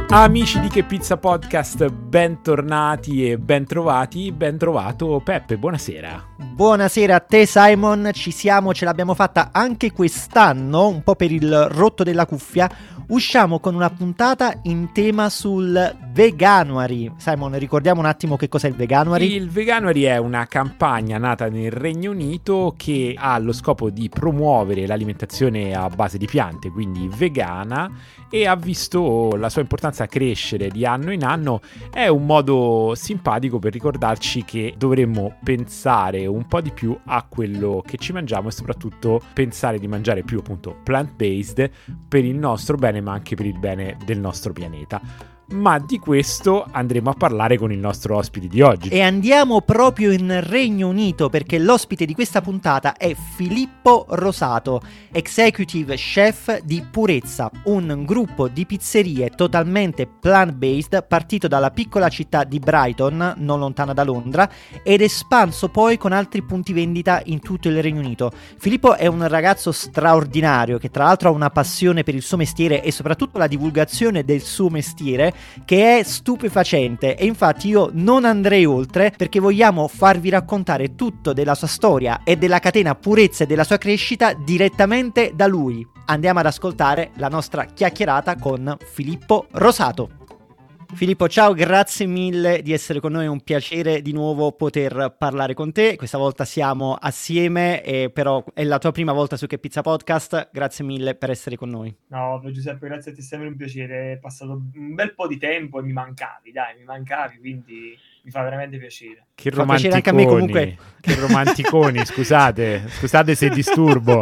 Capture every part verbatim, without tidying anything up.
Amici di Che Pizza Podcast, bentornati e bentrovati, ben trovato Peppe, buonasera. Buonasera a te Simon, ci siamo, ce l'abbiamo fatta anche quest'anno, un po' per il rotto della cuffia. Usciamo con una puntata in tema sul Veganuary. Simon, ricordiamo un attimo che cos'è il Veganuary? Il Veganuary è una campagna nata nel Regno Unito che ha lo scopo di promuovere l'alimentazione a base di piante, quindi vegana, e ha visto la sua importanza crescere di anno in anno. È un modo simpatico per ricordarci che dovremmo pensare un po' di più a quello che ci mangiamo e soprattutto pensare di mangiare più appunto plant-based per il nostro bene, ma anche per il bene del nostro pianeta. Ma di questo andremo a parlare con il nostro ospite di oggi. E andiamo proprio in Regno Unito, perché l'ospite di questa puntata è Filippo Rosato, executive chef di Purezza, un gruppo di pizzerie totalmente plant-based partito dalla piccola città di Brighton, non lontana da Londra, ed espanso poi con altri punti vendita in tutto il Regno Unito. Filippo è un ragazzo straordinario che tra l'altro ha una passione per il suo mestiere e soprattutto la divulgazione del suo mestiere, che è stupefacente, e infatti io non andrei oltre perché vogliamo farvi raccontare tutto della sua storia e della catena Purezza e della sua crescita direttamente da lui. Andiamo ad ascoltare la nostra chiacchierata con Filippo Rosato. Filippo, ciao, grazie mille di essere con noi, è un piacere di nuovo poter parlare con te. Questa volta siamo assieme, eh, però è la tua prima volta su Che Pizza Podcast, grazie mille per essere con noi. No, Giuseppe, grazie a te, è sempre un piacere, è passato un bel po' di tempo e mi mancavi, dai, mi mancavi, quindi mi fa veramente piacere. Che Fa piacere romanticoni, anche a me comunque. Che romanticoni, scusate, scusate se disturbo.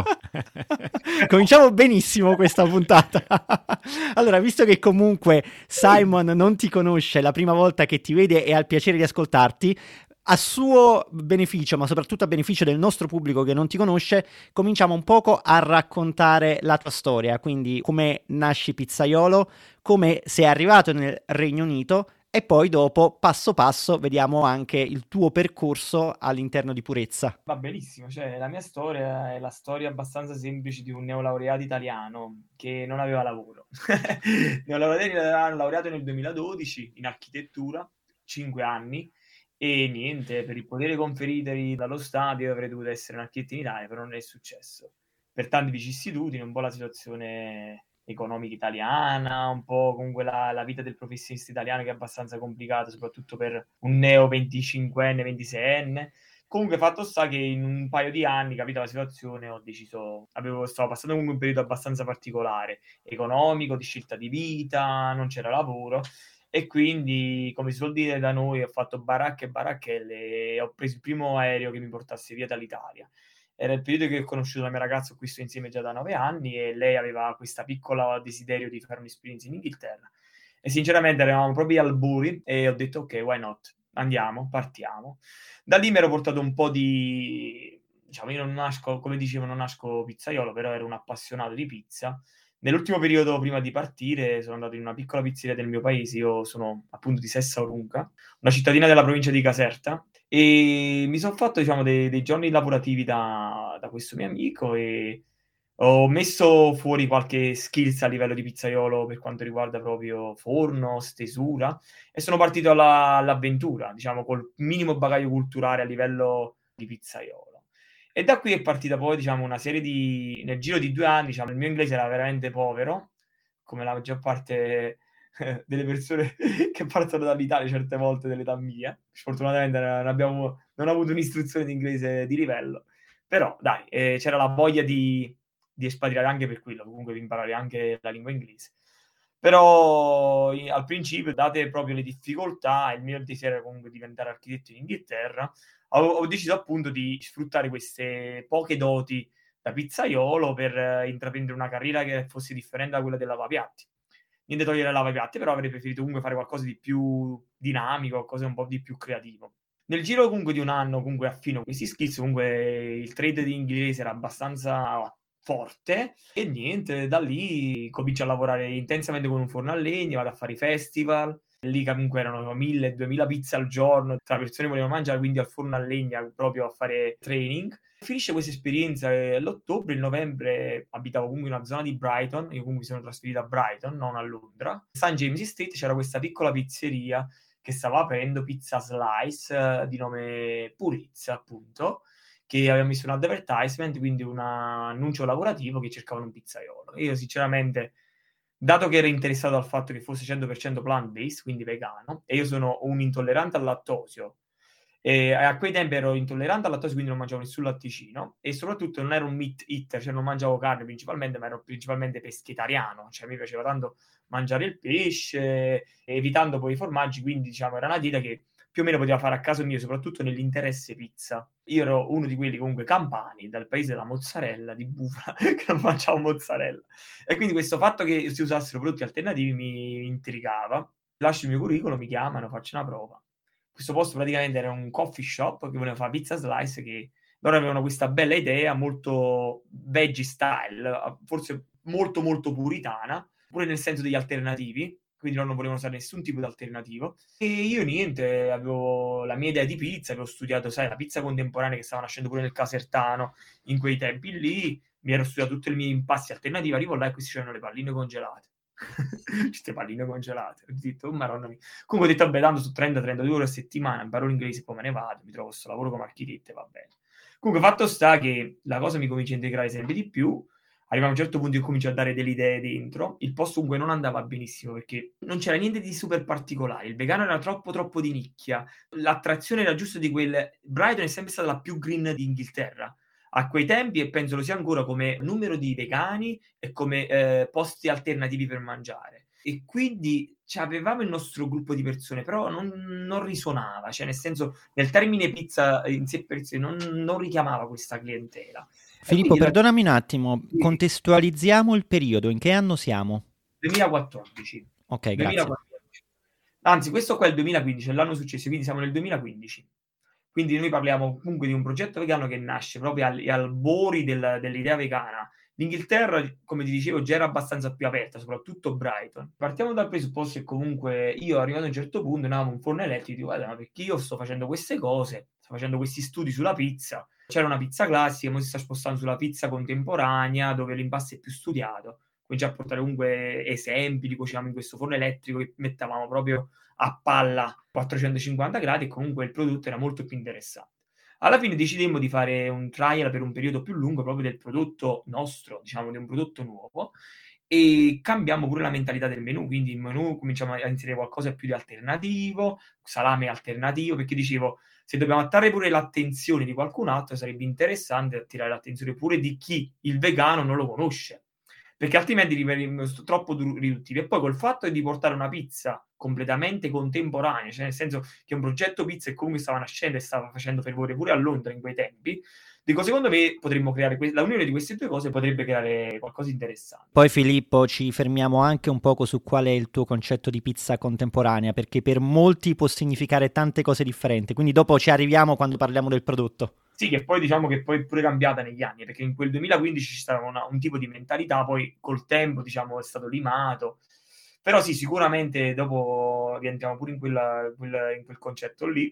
Cominciamo benissimo questa puntata. Allora, visto che comunque Simon non ti conosce, la prima volta che ti vede e ha il piacere di ascoltarti, a suo beneficio, ma soprattutto a beneficio del nostro pubblico che non ti conosce, cominciamo un poco a raccontare la tua storia, quindi come nasci pizzaiolo, come sei arrivato nel Regno Unito e poi dopo, passo passo, vediamo anche il tuo percorso all'interno di Purezza. Va benissimo, cioè la mia storia è la storia abbastanza semplice di un neolaureato italiano che non aveva lavoro. Neolaureato laureato nel duemiladodici in architettura, cinque anni, e niente, per il potere conferito dallo Stato io avrei dovuto essere un architetto in Italia, però non è successo. Per tanti vicissitudini, un po' la situazione economica italiana, un po' comunque la, la vita del professionista italiano che è abbastanza complicata, soprattutto per un neo venticinquenne, ventiseienne. Comunque fatto sta che in un paio di anni, capita la situazione, ho deciso, avevo, stavo passando comunque un periodo abbastanza particolare, economico, di scelta di vita, non c'era lavoro, e quindi, come si suol dire da noi, ho fatto baracche e baracchelle e ho preso il primo aereo che mi portasse via dall'Italia. Era il periodo che ho conosciuto la mia ragazza, con cui sto insieme già da nove anni, e lei aveva questa piccola desiderio di fare un'esperienza in Inghilterra. E sinceramente eravamo proprio al albori e ho detto ok, why not? Andiamo, partiamo. Da lì mi ero portato un po' di... Diciamo, io non nasco, come dicevo, non nasco pizzaiolo, però ero un appassionato di pizza. Nell'ultimo periodo, prima di partire, sono andato in una piccola pizzeria del mio paese. Io sono appunto di Sessa Orunca, una cittadina della provincia di Caserta, e mi sono fatto, diciamo, dei, dei giorni lavorativi da, da questo mio amico e ho messo fuori qualche skills a livello di pizzaiolo per quanto riguarda proprio forno, stesura, e sono partito alla, all'avventura, diciamo, col minimo bagaglio culturale a livello di pizzaiolo. E da qui è partita poi, diciamo, una serie di... Nel giro di due anni, diciamo, il mio inglese era veramente povero, come la maggior parte eh, delle persone che partono dall'Italia certe volte dell'età mia. Sfortunatamente non abbiamo non ho avuto un'istruzione di inglese di livello, però dai, eh, c'era la voglia di, di espatriare anche per quello, comunque di imparare anche la lingua inglese. Però i- al principio, date proprio le difficoltà, il mio desiderio era comunque diventare architetto in Inghilterra, ho, ho deciso appunto di sfruttare queste poche doti da pizzaiolo per eh, intraprendere una carriera che fosse differente da quella del lavapiatti. Niente togliere il lavapiatti, però avrei preferito comunque fare qualcosa di più dinamico, qualcosa un po' di più creativo. Nel giro comunque di un anno comunque affino questi skills, comunque il trade di inglese era abbastanza forte e niente, da lì comincio a lavorare intensamente con un forno a legna, vado a fare i festival, Lì comunque erano mille duemila pizze al giorno, tra persone volevano mangiare, quindi al forno a legna proprio a fare training. Finisce questa esperienza all'ottobre, il novembre abitavo comunque in una zona di Brighton, io comunque mi sono trasferito a Brighton, non a Londra. Saint James Street c'era questa piccola pizzeria che stava aprendo, Pizza Slice, di nome Purezza appunto, che aveva messo un advertisement, quindi un annuncio lavorativo che cercavano un pizzaiolo. E io sinceramente, dato che ero interessato al fatto che fosse cento per cento plant-based, quindi vegano, e io sono un intollerante al lattosio, e a quei tempi ero intollerante al lattosio, quindi non mangiavo nessun latticino, e soprattutto non ero un meat eater, cioè non mangiavo carne principalmente, ma ero principalmente peschetariano, cioè mi piaceva tanto mangiare il pesce, evitando poi i formaggi, quindi diciamo era una dieta che più o meno poteva fare a caso mio, soprattutto nell'interesse pizza. Io ero uno di quelli comunque campani, dal paese della mozzarella, di bufala, che non mangiavo mozzarella. E quindi questo fatto che si usassero prodotti alternativi mi intrigava. Lascio il mio curriculum, mi chiamano, faccio una prova. Questo posto praticamente era un coffee shop che voleva fare pizza slice, che loro avevano questa bella idea, molto veggie style, forse molto molto puritana, pure nel senso degli alternativi, quindi loro non volevano usare nessun tipo di alternativo. E io niente, avevo la mia idea di pizza, avevo studiato, sai, la pizza contemporanea che stava nascendo pure nel Casertano in quei tempi lì, mi ero studiato tutti i miei impasti alternativi, arrivo là e questi c'erano le palline congelate. Queste palline congelate, ho detto, oh maronna mia. Comunque ho detto, vabbè, tanto su trenta trentadue ore a settimana, imparo l'inglese, poi me ne vado, mi trovo questo lavoro come architetto e va bene. Comunque fatto sta che la cosa mi comincia a integrare sempre di più, arriva a un certo punto io comincio a dare delle idee dentro, il posto comunque non andava benissimo perché non c'era niente di super particolare, il vegano era troppo troppo di nicchia, l'attrazione era giusto di quel... Brighton è sempre stata la più green di Inghilterra a quei tempi, e penso lo sia ancora come numero di vegani e come eh, posti alternativi per mangiare. E quindi cioè, avevamo il nostro gruppo di persone, però non, non risuonava, cioè nel senso, nel termine pizza in sé per sé non, non richiamava questa clientela. Filippo, la... perdonami un attimo, sì. Contestualizziamo il periodo, in che anno siamo? duemilaquattordici. Ok, duemilaquattordici. Anzi, questo qua è il duemilaquindici, è l'anno successivo, quindi siamo nel duemilaquindici. Quindi noi parliamo comunque di un progetto vegano che nasce proprio agli albori del, dell'idea vegana. L'Inghilterra, come ti dicevo, già era abbastanza più aperta, soprattutto Brighton. Partiamo dal presupposto che comunque io, arrivato a un certo punto, andavo un forno elettrico e dico, guarda, ma perché io sto facendo queste cose, sto facendo questi studi sulla pizza. C'era una pizza classica, ora si sta spostando sulla pizza contemporanea, dove l'impasto è più studiato. Cominciamo a portare comunque esempi, li cuociamo in questo forno elettrico che mettavamo proprio a palla quattrocentocinquanta gradi, e comunque il prodotto era molto più interessante. Alla fine decidemmo di fare un trial per un periodo più lungo proprio del prodotto nostro, diciamo di un prodotto nuovo, e cambiamo pure la mentalità del menù, quindi il menù cominciamo a inserire qualcosa più di alternativo, salame alternativo, perché dicevo, se dobbiamo attrarre pure l'attenzione di qualcun altro sarebbe interessante attirare l'attenzione pure di chi il vegano non lo conosce, perché altrimenti rimaniamo troppo riduttivi. E poi col fatto di portare una pizza completamente contemporanea, cioè nel senso che un progetto pizza che comunque stava nascendo e stava facendo fervore pure a Londra in quei tempi, dico, secondo me potremmo creare que- la unione di queste due cose potrebbe creare qualcosa di interessante. Poi Filippo, ci fermiamo anche un poco su qual è il tuo concetto di pizza contemporanea, perché per molti può significare tante cose differenti, quindi dopo ci arriviamo quando parliamo del prodotto. Sì, che poi diciamo che poi è pure cambiata negli anni, perché in quel duemilaquindici ci stava una, un tipo di mentalità, poi col tempo diciamo è stato limato, però sì, sicuramente dopo rientriamo pure in, quella, quella, in quel concetto lì,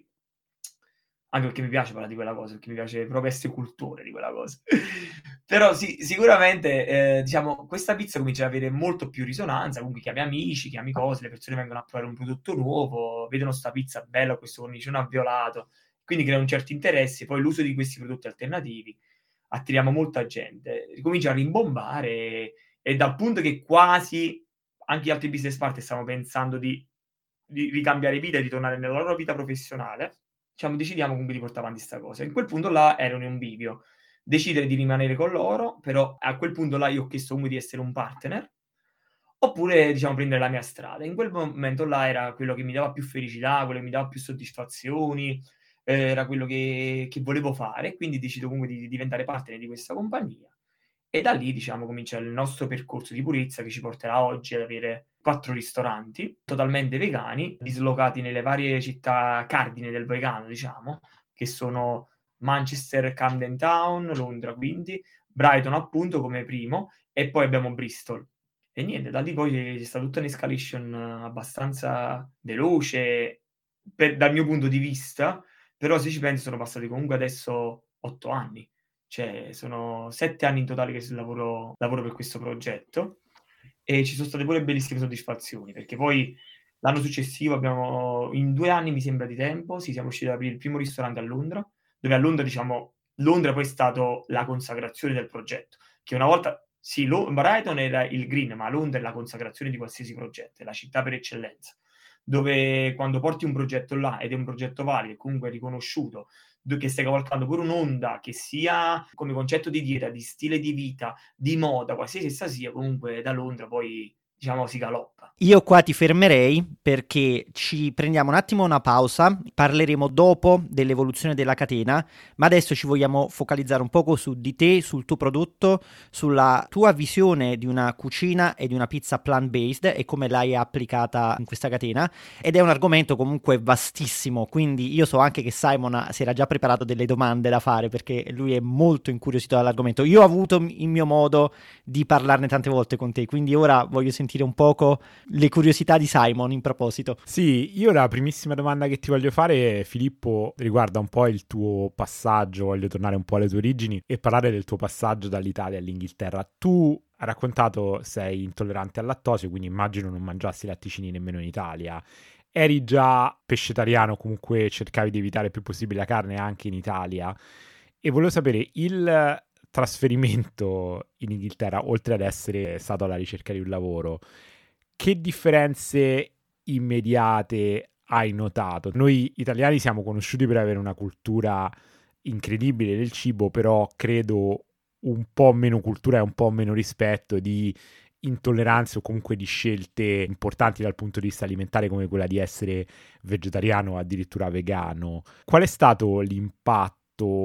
anche perché mi piace parlare di quella cosa, perché mi piace proprio essere cultore di quella cosa. Però sì, sicuramente eh, diciamo questa pizza comincia ad avere molto più risonanza, comunque chiami amici, chiami cose, le persone vengono a provare un prodotto nuovo, vedono sta pizza bella, questo cornicione avviolato, quindi crea un certo interesse, poi l'uso di questi prodotti alternativi, attiriamo molta gente, comincia a rimbombare, e, e dal punto che quasi anche gli altri business partner stanno pensando di, di ricambiare vita e di tornare nella loro vita professionale, diciamo, decidiamo comunque di portare avanti questa cosa. In quel punto là ero in un bivio, decidere di rimanere con loro, però a quel punto là io ho chiesto comunque di essere un partner, oppure diciamo prendere la mia strada. In quel momento là era quello che mi dava più felicità, quello che mi dava più soddisfazioni, eh, era quello che, che volevo fare, quindi decido comunque di, di diventare partner di questa compagnia, e da lì diciamo comincia il nostro percorso di purezza che ci porterà oggi ad avere quattro ristoranti totalmente vegani, dislocati nelle varie città cardine del vegano, diciamo, che sono Manchester, Camden Town, Londra quindi, Brighton appunto come primo, e poi abbiamo Bristol. E niente, da lì poi c'è stata tutta un'escalation abbastanza veloce per, dal mio punto di vista, però se ci pensi sono passati comunque adesso otto anni, cioè sono sette anni in totale che lavoro, lavoro per questo progetto e ci sono state pure bellissime soddisfazioni, perché poi l'anno successivo abbiamo, in due anni mi sembra di tempo, sì, siamo riusciti ad aprire il primo ristorante a Londra, dove a Londra, diciamo, Londra poi è stato la consacrazione del progetto, che una volta... Sì, Lo- Brighton era il green, ma Londra è la consacrazione di qualsiasi progetto, è la città per eccellenza, dove quando porti un progetto là ed è un progetto valido e comunque riconosciuto, do- che stai cavalcando pure un'onda, che sia come concetto di dieta, di stile di vita, di moda, qualsiasi essa sia, comunque da Londra poi, diciamo, si galoppa. Io qua ti fermerei perché ci prendiamo un attimo una pausa, parleremo dopo dell'evoluzione della catena, ma adesso ci vogliamo focalizzare un poco su di te, sul tuo prodotto, sulla tua visione di una cucina e di una pizza plant-based e come l'hai applicata in questa catena, ed è un argomento comunque vastissimo, quindi io so anche che Simon si era già preparato delle domande da fare perché lui è molto incuriosito dall'argomento. Io ho avuto il mio modo di parlarne tante volte con te, quindi ora voglio sentire un poco le curiosità di Simon in proposito. Sì, io la primissima domanda che ti voglio fare, Filippo, riguarda un po' il tuo passaggio, voglio tornare un po' alle tue origini e parlare del tuo passaggio dall'Italia all'Inghilterra. Tu hai raccontato sei intollerante al lattosio, quindi immagino non mangiassi latticini nemmeno in Italia. Eri già pescetariano, comunque cercavi di evitare il più possibile la carne anche in Italia. E volevo sapere, il trasferimento in Inghilterra, oltre ad essere stato alla ricerca di un lavoro, che differenze immediate hai notato? Noi italiani siamo conosciuti per avere una cultura incredibile del cibo, però credo un po' meno cultura e un po' meno rispetto di intolleranze o comunque di scelte importanti dal punto di vista alimentare come quella di essere vegetariano o addirittura vegano. Qual è stato l'impatto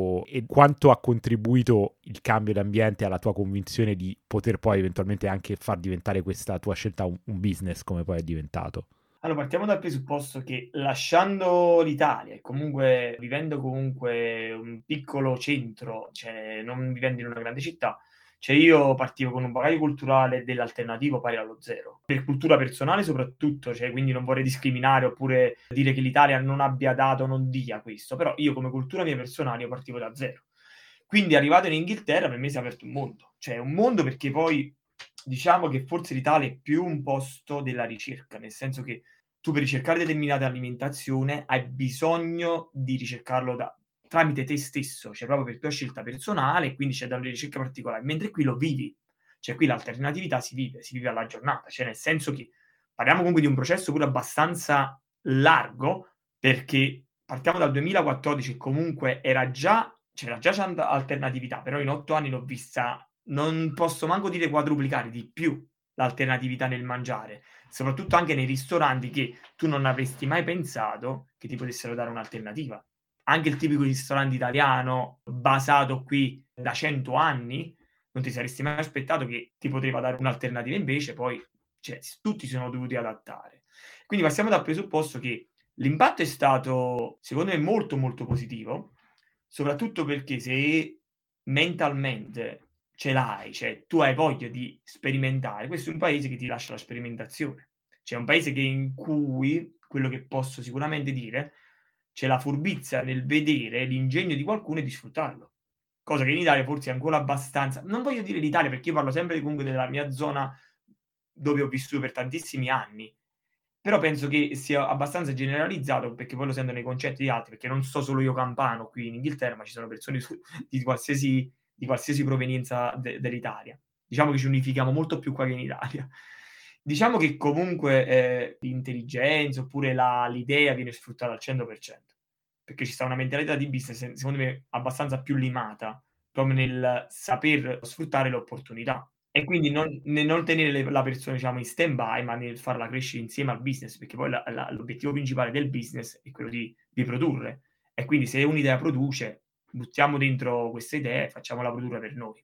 e quanto ha contribuito il cambio d'ambiente alla tua convinzione di poter poi eventualmente anche far diventare questa tua scelta un, un business come poi è diventato? Allora, partiamo dal presupposto che lasciando l'Italia e comunque vivendo comunque un piccolo centro, cioè non vivendo in una grande città, cioè io partivo con un bagaglio culturale dell'alternativo pari allo zero. Per cultura personale soprattutto, cioè quindi non vorrei discriminare oppure dire che l'Italia non abbia dato, non dia questo, però io come cultura mia personale io partivo da zero. Quindi arrivato in Inghilterra per me si è aperto un mondo, cioè un mondo perché poi diciamo che forse l'Italia è più un posto della ricerca, nel senso che tu per ricercare determinata alimentazione hai bisogno di ricercarlo da, tramite te stesso, cioè proprio per tua scelta personale, quindi c'è da una ricerca particolare, mentre qui lo vivi, cioè qui l'alternatività si vive, si vive alla giornata, cioè nel senso che parliamo comunque di un processo pure abbastanza largo, perché partiamo dal duemilaquattordici e comunque era già, c'era già tanta alternatività, però in otto anni l'ho vista, non posso manco dire quadruplicare di più l'alternatività nel mangiare, soprattutto anche nei ristoranti che tu non avresti mai pensato che ti potessero dare un'alternativa. Anche il tipico ristorante italiano basato qui da cento anni, non ti saresti mai aspettato che ti poteva dare un'alternativa, invece poi cioè, tutti si sono dovuti adattare. Quindi passiamo dal presupposto che l'impatto è stato, secondo me, molto molto positivo, soprattutto perché se mentalmente ce l'hai, cioè tu hai voglia di sperimentare, questo è un paese che ti lascia la sperimentazione, cioè è un paese che in cui, quello che posso sicuramente dire, c'è la furbizia nel vedere l'ingegno di qualcuno e di sfruttarlo, cosa che in Italia forse è ancora abbastanza, non voglio dire l'Italia perché io parlo sempre comunque della mia zona dove ho vissuto per tantissimi anni, però penso che sia abbastanza generalizzato, perché poi lo sento nei concetti di altri, perché non so solo io campano qui in Inghilterra, ma ci sono persone su, di qualsiasi di qualsiasi provenienza de- dell'Italia. Diciamo che ci unifichiamo molto più qua che in Italia. Diciamo che comunque eh, l'intelligenza oppure la, l'idea viene sfruttata al cento per cento, perché ci sta una mentalità di business, secondo me, abbastanza più limata, proprio nel saper sfruttare le opportunità. E quindi non, nel non tenere le, la persona, diciamo, in stand-by, ma nel farla crescere insieme al business, perché poi la, la, l'obiettivo principale del business è quello di, di produrre. E quindi se un'idea produce, buttiamo dentro queste idee e facciamola produrre per noi.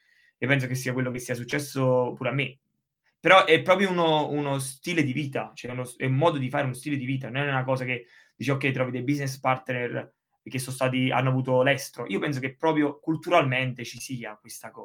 E penso che sia quello che sia successo pure a me. Però è proprio uno, uno stile di vita, cioè uno, è un modo di fare uno stile di vita, non è una cosa che dici ok, trovi dei business partner che sono stati, hanno avuto l'estero. Io penso che proprio culturalmente ci sia questa cosa.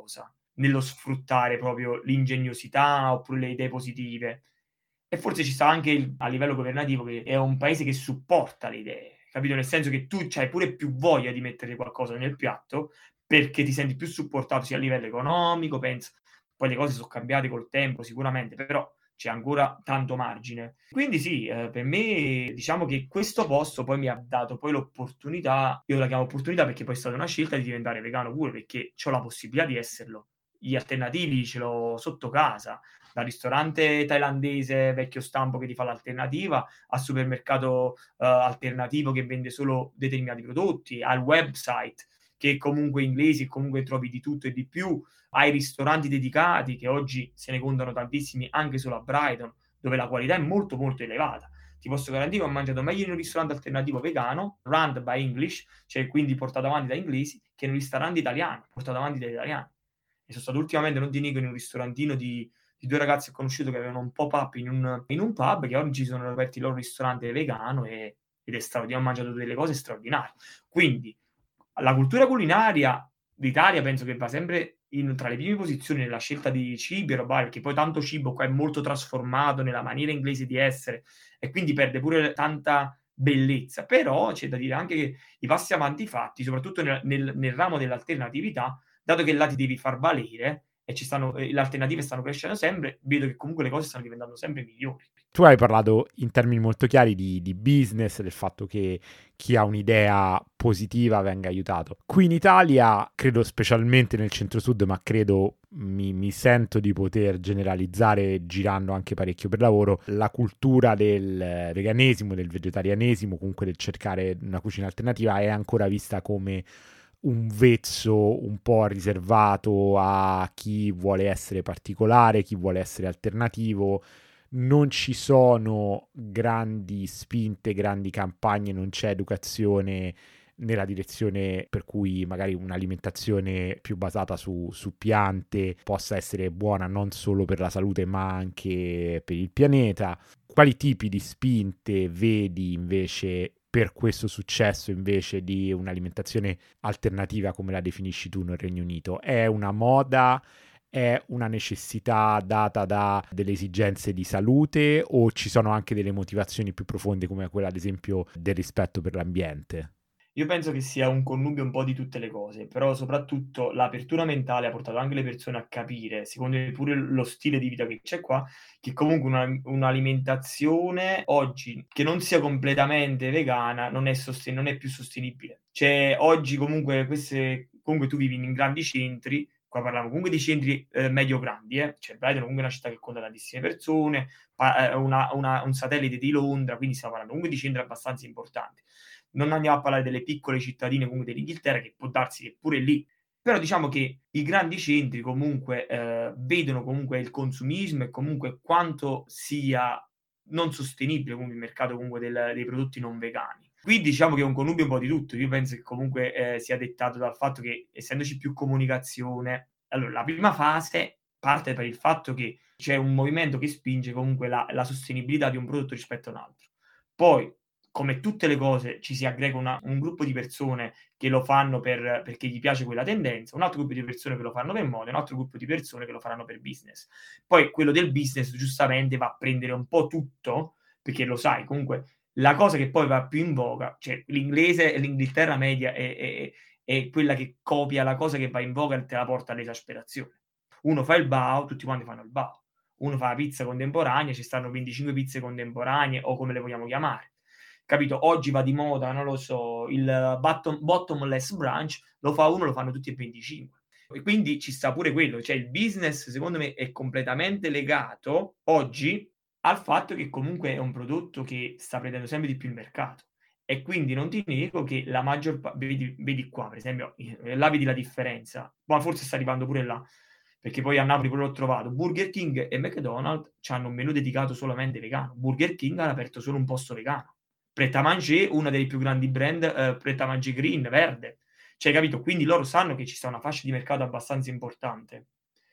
nello sfruttare proprio l'ingegnosità oppure le idee positive. E forse ci sta anche il, a livello governativo, che è un paese che supporta le idee, capito? Nel senso che tu c'hai pure più voglia di mettere qualcosa nel piatto perché ti senti più supportato sia a livello economico, penso. Poi le cose sono cambiate col tempo sicuramente, però c'è ancora tanto margine. Quindi sì, eh, per me diciamo che questo posto poi mi ha dato poi l'opportunità, io la chiamo opportunità perché poi è stata una scelta di diventare vegano pure, perché ho la possibilità di esserlo. Gli alternativi ce l'ho sotto casa, dal ristorante thailandese vecchio stampo che ti fa l'alternativa, al supermercato uh, alternativo che vende solo determinati prodotti, al website che comunque inglesi, comunque trovi di tutto e di più, ai ristoranti dedicati che oggi se ne contano tantissimi anche solo a Brighton, dove la qualità è molto molto elevata. Ti posso garantire che ho mangiato meglio in un ristorante alternativo vegano, run by English, cioè quindi portato avanti da inglesi, che in un ristorante italiano, portato avanti dagli italiani. E sono stato ultimamente, non ti nego, in un ristorantino di, di due ragazzi che ho conosciuto che avevano un pop-up in un, in un pub, che oggi sono aperti il loro ristorante vegano e, ed è straordinario, ho mangiato delle cose straordinarie. Quindi la cultura culinaria d'Italia penso che va sempre in, tra le prime posizioni nella scelta di cibi e roba, perché poi tanto cibo qua è molto trasformato nella maniera inglese di essere e quindi perde pure tanta bellezza. Però c'è da dire anche che i passi avanti fatti, soprattutto nel, nel, nel ramo dell'alternatività, dato che là ti devi far valere e ci stanno, eh, le alternative stanno crescendo sempre, vedo che comunque le cose stanno diventando sempre migliori. Tu hai parlato in termini molto chiari di, di business, del fatto che chi ha un'idea positiva venga aiutato. Qui in Italia, credo specialmente nel centro-sud, ma credo mi, mi sento di poter generalizzare girando anche parecchio per lavoro, la cultura del veganesimo, del vegetarianesimo, comunque del cercare una cucina alternativa è ancora vista come un vezzo un po' riservato a chi vuole essere particolare, chi vuole essere alternativo. Non ci sono grandi spinte, grandi campagne, non c'è educazione nella direzione per cui magari un'alimentazione più basata su, su piante possa essere buona non solo per la salute ma anche per il pianeta. Quali tipi di spinte vedi invece per questo successo invece di un'alimentazione alternativa come la definisci tu nel Regno Unito? È una moda? È una necessità data da delle esigenze di salute o ci sono anche delle motivazioni più profonde come quella ad esempio del rispetto per l'ambiente? Io penso che sia un connubio un po' di tutte le cose, però soprattutto l'apertura mentale ha portato anche le persone a capire, secondo me pure lo stile di vita che c'è qua, che comunque una, un'alimentazione oggi che non sia completamente vegana non è, sosten- non è più sostenibile. Cioè oggi comunque, queste, comunque tu vivi in grandi centri, qua parliamo comunque di centri eh, medio-grandi, eh? Cioè Brighton è comunque una città che conta tantissime persone, pa- una, una, un satellite di Londra, quindi stiamo parlando comunque di centri abbastanza importanti. Non andiamo a parlare delle piccole cittadine comunque dell'Inghilterra, che può darsi che pure lì, però diciamo che i grandi centri comunque eh, vedono comunque il consumismo e comunque quanto sia non sostenibile comunque il mercato comunque del, dei prodotti non vegani. Qui diciamo che è un connubio un po' di tutto. Io penso che comunque eh, sia dettato dal fatto che, essendoci più comunicazione, allora la prima fase parte per il fatto che c'è un movimento che spinge comunque la, la sostenibilità di un prodotto rispetto a un altro. Poi, come tutte le cose, ci si aggrega una, un gruppo di persone che lo fanno per, perché gli piace quella tendenza, un altro gruppo di persone che lo fanno per moda, un altro gruppo di persone che lo faranno per business. Poi quello del business giustamente va a prendere un po' tutto, perché lo sai, comunque la cosa che poi va più in voga, cioè l'inglese e l'Inghilterra media è, è, è quella che copia la cosa che va in voga e te la porta all'esasperazione. Uno fa il bao, tutti quanti fanno il bao. Uno fa la pizza contemporanea, ci stanno venticinque pizze contemporanee o come le vogliamo chiamare. Capito? Oggi va di moda, non lo so, il bottom, bottomless brunch, lo fa uno, lo fanno tutti e venticinque. E quindi ci sta pure quello, cioè il business secondo me è completamente legato oggi al fatto che comunque è un prodotto che sta prendendo sempre di più il mercato. E quindi non ti nego che la maggior parte, vedi, vedi qua per esempio, là vedi la differenza, ma forse sta arrivando pure là, perché poi a Napoli pure l'ho trovato, Burger King e McDonald's hanno un menù dedicato solamente vegano. Burger King ha aperto solo un posto vegano. Pret a Manger, uno dei più grandi brand, eh, Pret a Manger Green, verde. Cioè, capito? Quindi loro sanno che ci sta una fascia di mercato abbastanza importante.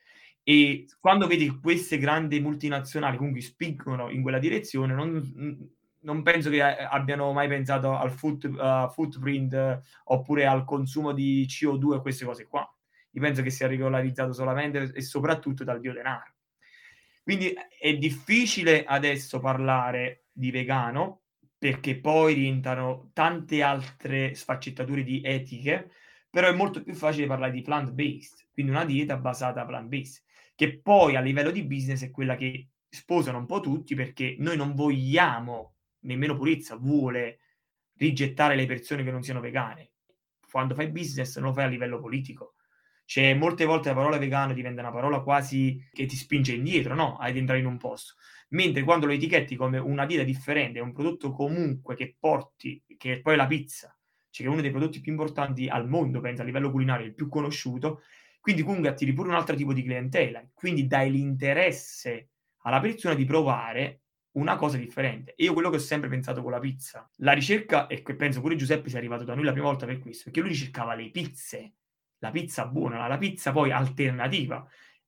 E quando vedi queste grandi multinazionali comunque spingono in quella direzione, non, non penso che abbiano mai pensato al foot, uh, footprint uh, oppure al consumo di C O due e queste cose qua. io penso che sia regolarizzato solamente e soprattutto dal biodenaro. Quindi è difficile adesso parlare di vegano, perché poi rientrano tante altre sfaccettature di etiche, però è molto più facile parlare di plant-based, quindi una dieta basata plant-based, che poi a livello di business è quella che sposano un po' tutti, perché noi non vogliamo, nemmeno Purezza vuole rigettare le persone che non siano vegane. Quando fai business non lo fai a livello politico. Cioè, molte volte la parola vegano diventa una parola quasi che ti spinge indietro, no? Ad entrare in un posto. Mentre quando lo etichetti come una dieta differente, un prodotto comunque che porti, che è poi la pizza, cioè che è uno dei prodotti più importanti al mondo, penso a livello culinario, il più conosciuto, quindi comunque attiri pure un altro tipo di clientela, quindi dai l'interesse alla persona di provare una cosa differente. E io quello che ho sempre pensato con la pizza, la ricerca, e penso pure Giuseppe sia arrivato da noi la prima volta per questo, perché lui ricercava le pizze, la pizza buona, la pizza poi alternativa.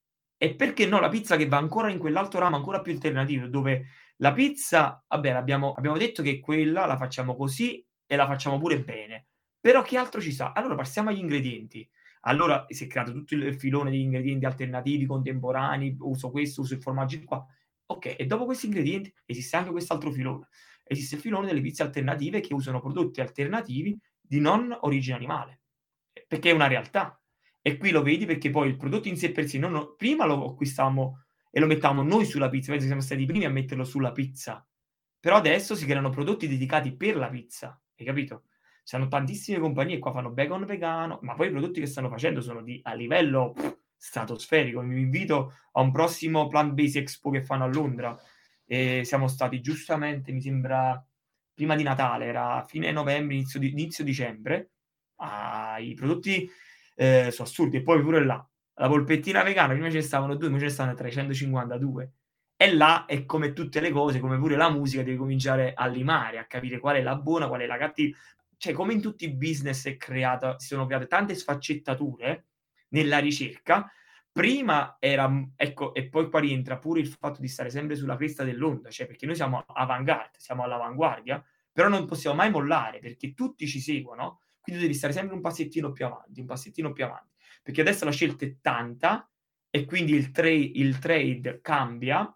E perché no, la pizza che va ancora in quell'altro ramo, ancora più alternativo, dove la pizza, vabbè, abbiamo, abbiamo detto che quella la facciamo così e la facciamo pure bene. Però che altro ci sa? Allora passiamo agli ingredienti. Allora si è creato tutto il filone degli ingredienti alternativi, contemporanei, uso questo, uso il formaggio qua. Ok, e dopo questi ingredienti esiste anche quest'altro filone. Esiste il filone delle pizze alternative che usano prodotti alternativi di non origine animale, perché è una realtà. E qui lo vedi perché poi il prodotto in sé per sé, non, prima lo acquistavamo e lo mettavamo noi sulla pizza, penso che siamo stati i primi a metterlo sulla pizza, però adesso si creano prodotti dedicati per la pizza, hai capito? Ci sono tantissime compagnie che qua fanno bacon vegano, ma poi i prodotti che stanno facendo sono di, a livello pff, stratosferico. Vi invito a un prossimo Plant Based Expo che fanno a Londra, e siamo stati giustamente, mi sembra, prima di Natale, era fine novembre, inizio, di, inizio dicembre. Ah, i prodotti eh, sono assurdi. E poi pure là, la polpettina vegana, prima ce ne stavano due, ora ce ne stanno trecentocinquantadue. E là è come tutte le cose, come pure la musica, devi cominciare a limare, a capire qual è la buona, qual è la cattiva. Cioè, come in tutti i business è creata, si sono create tante sfaccettature nella ricerca. Prima era, ecco, e poi qua rientra pure il fatto di stare sempre sulla cresta dell'onda, cioè perché noi siamo avant-garde, siamo all'avanguardia, però non possiamo mai mollare perché tutti ci seguono, quindi devi stare sempre un passettino più avanti, un passettino più avanti, perché adesso la scelta è tanta e quindi il, tra- il trade cambia,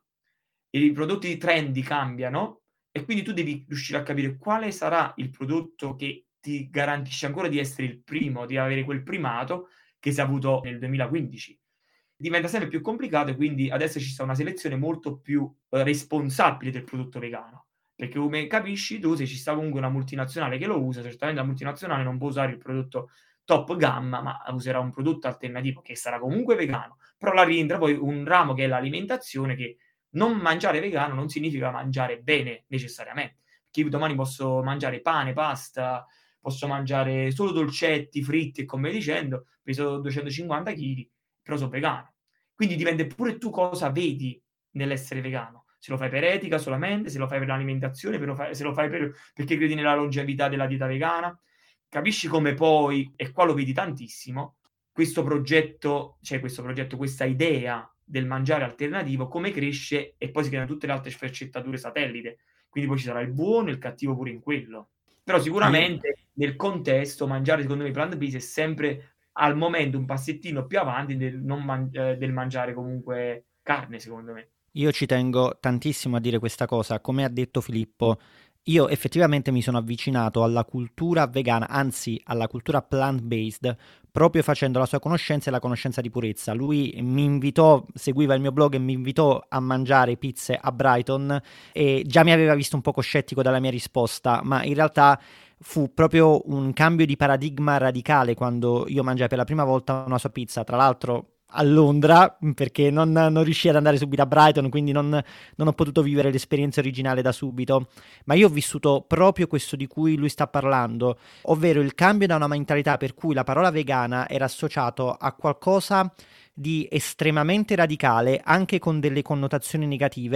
i prodotti trendy cambiano e quindi tu devi riuscire a capire quale sarà il prodotto che ti garantisce ancora di essere il primo, di avere quel primato che si è avuto nel duemilaquindici. Diventa sempre più complicato e quindi adesso ci sta una selezione molto più eh, responsabile del prodotto vegano, perché come capisci tu, se ci sta comunque una multinazionale che lo usa, certamente la multinazionale non può usare il prodotto top gamma, ma userà un prodotto alternativo che sarà comunque vegano, però la rientra poi un ramo che è l'alimentazione, che non mangiare vegano non significa mangiare bene necessariamente, perché io domani posso mangiare pane, pasta, posso mangiare solo dolcetti, fritti e come dicendo, peso duecentocinquanta chili, però sono vegano. Quindi dipende pure tu cosa vedi nell'essere vegano. Se lo fai per etica solamente, se lo fai per l'alimentazione, per lo fai, se lo fai per, perché credi nella longevità della dieta vegana. Capisci come poi, e qua lo vedi tantissimo, questo progetto, cioè questo progetto, questa idea del mangiare alternativo, come cresce e poi si creano tutte le altre sfaccettature satellite. Quindi poi ci sarà il buono e il cattivo pure in quello. Però sicuramente nel contesto mangiare, secondo me, plant-based è sempre al momento un passettino più avanti del, non man- eh, del mangiare comunque carne, secondo me. Io ci tengo tantissimo a dire questa cosa, come ha detto Filippo. Io effettivamente mi sono avvicinato alla cultura vegana, anzi alla cultura plant-based, proprio facendo la sua conoscenza e la conoscenza di Purezza. Lui mi invitò, seguiva il mio blog e mi invitò a mangiare pizze a Brighton e già mi aveva visto un poco scettico dalla mia risposta, ma in realtà fu proprio un cambio di paradigma radicale quando io mangiai per la prima volta una sua pizza, tra l'altro a Londra, perché non, non riuscii ad andare subito a Brighton, quindi non, non ho potuto vivere l'esperienza originale da subito, ma io ho vissuto proprio questo di cui lui sta parlando, ovvero il cambio da una mentalità per cui la parola vegana era associato a qualcosa di estremamente radicale, anche con delle connotazioni negative,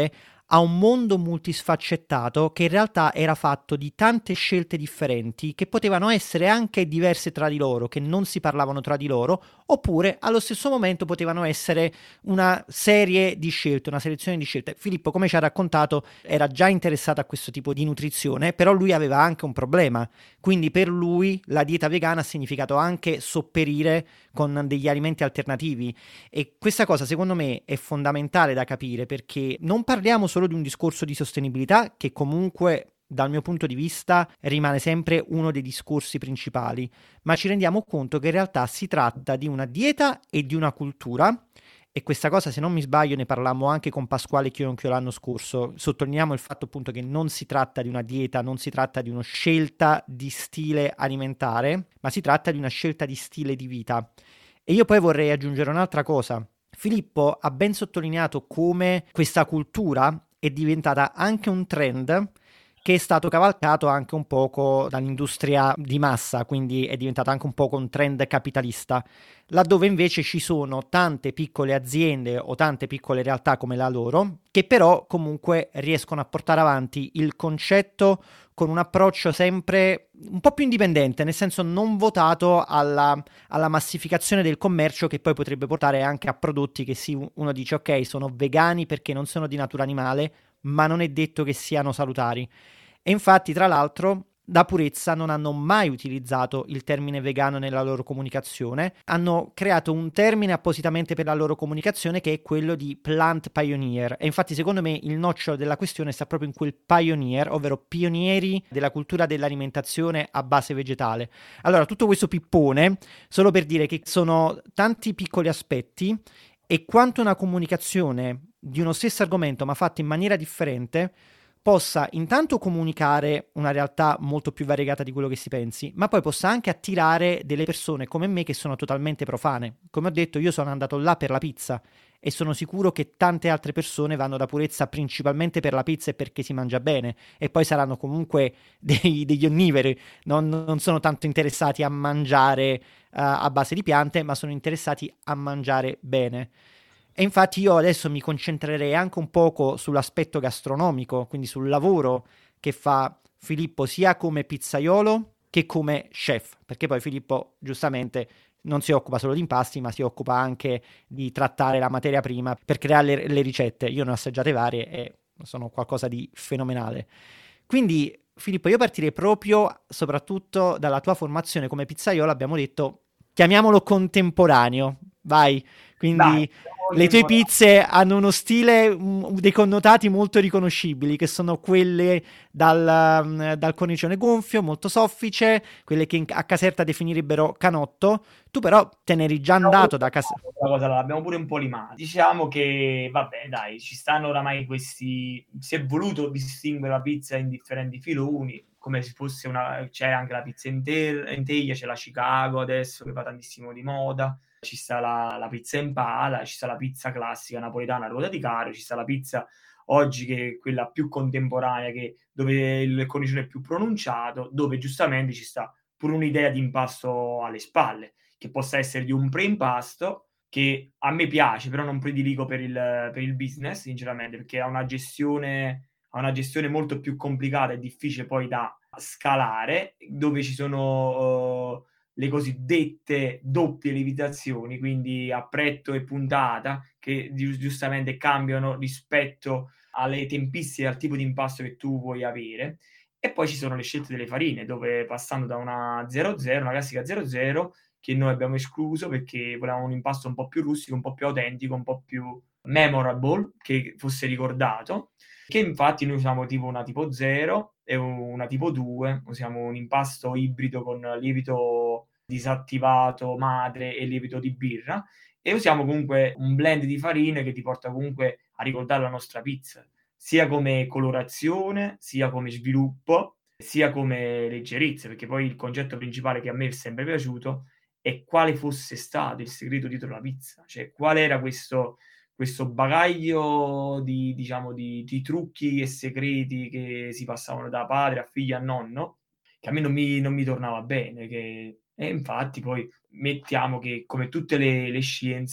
a un mondo multisfaccettato che in realtà era fatto di tante scelte differenti che potevano essere anche diverse tra di loro, che non si parlavano tra di loro, oppure allo stesso momento potevano essere una serie di scelte, una selezione di scelte. Filippo, come ci ha raccontato, era già interessato a questo tipo di nutrizione, però lui aveva anche un problema, quindi per lui la dieta vegana ha significato anche sopperire con degli alimenti alternativi, e questa cosa secondo me è fondamentale da capire, perché non parliamo solo di un discorso di sostenibilità, che comunque dal mio punto di vista rimane sempre uno dei discorsi principali, ma ci rendiamo conto che in realtà si tratta di una dieta e di una cultura. E questa cosa, se non mi sbaglio, ne parlammo anche con Pasquale Chionchio l'anno scorso. Sottolineiamo il fatto appunto che non si tratta di una dieta, non si tratta di una scelta di stile alimentare, ma si tratta di una scelta di stile di vita. E io poi vorrei aggiungere un'altra cosa. Filippo ha ben sottolineato come questa cultura è diventata anche un trend che è stato cavalcato anche un poco dall'industria di massa, quindi è diventato anche un poco un trend capitalista, laddove invece ci sono tante piccole aziende o tante piccole realtà come la loro, che però comunque riescono a portare avanti il concetto con un approccio sempre un po' più indipendente, nel senso non votato alla, alla massificazione del commercio, che poi potrebbe portare anche a prodotti che sì, uno dice ok, sono vegani perché non sono di natura animale, ma non è detto che siano salutari. E infatti, tra l'altro, da Purezza non hanno mai utilizzato il termine vegano nella loro comunicazione, hanno creato un termine appositamente per la loro comunicazione che è quello di Plant Pioneer, e infatti secondo me il nocciolo della questione sta proprio in quel pioneer, ovvero pionieri della cultura dell'alimentazione a base vegetale. Allora, tutto questo pippone solo per dire che sono tanti piccoli aspetti, e quanto una comunicazione di uno stesso argomento ma fatta in maniera differente possa intanto comunicare una realtà molto più variegata di quello che si pensi, ma poi possa anche attirare delle persone come me che sono totalmente profane. Come ho detto, io sono andato là per la pizza e sono sicuro che tante altre persone vanno da Purezza principalmente per la pizza e perché si mangia bene, e poi saranno comunque dei, degli onnivori, non, non sono tanto interessati a mangiare uh, a base di piante, ma sono interessati a mangiare bene. E infatti io adesso mi concentrerei anche un poco sull'aspetto gastronomico, quindi sul lavoro che fa Filippo sia come pizzaiolo che come chef, perché poi Filippo giustamente non si occupa solo di impasti, ma si occupa anche di trattare la materia prima per creare le, le ricette. Io ne ho assaggiate varie e sono qualcosa di fenomenale. Quindi Filippo, io partirei proprio soprattutto dalla tua formazione come pizzaiolo, abbiamo detto, chiamiamolo contemporaneo, vai. Quindi Dai, le tue pizze hanno uno stile, um, dei connotati molto riconoscibili, che sono quelle dal, um, dal cornicione gonfio, molto soffice, quelle che in, a Caserta definirebbero canotto. Tu però te ne eri già andato da Caserta. La cosa l'abbiamo pure un po' limata. Diciamo che, vabbè, dai, ci stanno oramai questi... Si è voluto distinguere la pizza in differenti filoni, come se fosse una... C'è anche la pizza in, ter... in teglia, c'è la Chicago adesso, che va tantissimo di moda. Ci sta la, la pizza in pala, ci sta la pizza classica napoletana a ruota di carro, ci sta la pizza oggi che è quella più contemporanea, che, dove il cornicione è più pronunciato, dove giustamente ci sta pure un'idea di impasto alle spalle, che possa essere di un preimpasto, che a me piace, però non prediligo per il, per il business, sinceramente, perché ha una gestione, ha una gestione molto più complicata e difficile poi da scalare, dove ci sono... Uh, le cosiddette doppie lievitazioni, quindi appretto e puntata, che giustamente cambiano rispetto alle tempistiche, al tipo di impasto che tu vuoi avere. E poi ci sono le scelte delle farine, dove passando da una zero zero, una classica zero zero, che noi abbiamo escluso perché volevamo un impasto un po' più rustico, un po' più autentico, un po' più memorable, che fosse ricordato, che infatti noi usiamo tipo una tipo zero e una tipo due, usiamo un impasto ibrido con lievito disattivato madre e lievito di birra, e usiamo comunque un blend di farine che ti porta comunque a ricordare la nostra pizza, sia come colorazione, sia come sviluppo, sia come leggerezza, perché poi il concetto principale che a me è sempre piaciuto è quale fosse stato il segreto dietro la pizza, cioè qual era questo questo bagaglio di, diciamo, di, di trucchi e segreti che si passavano da padre a figlio a nonno, che a me non mi, non mi tornava bene. Che... E infatti poi mettiamo che, come tutte le, le scienze,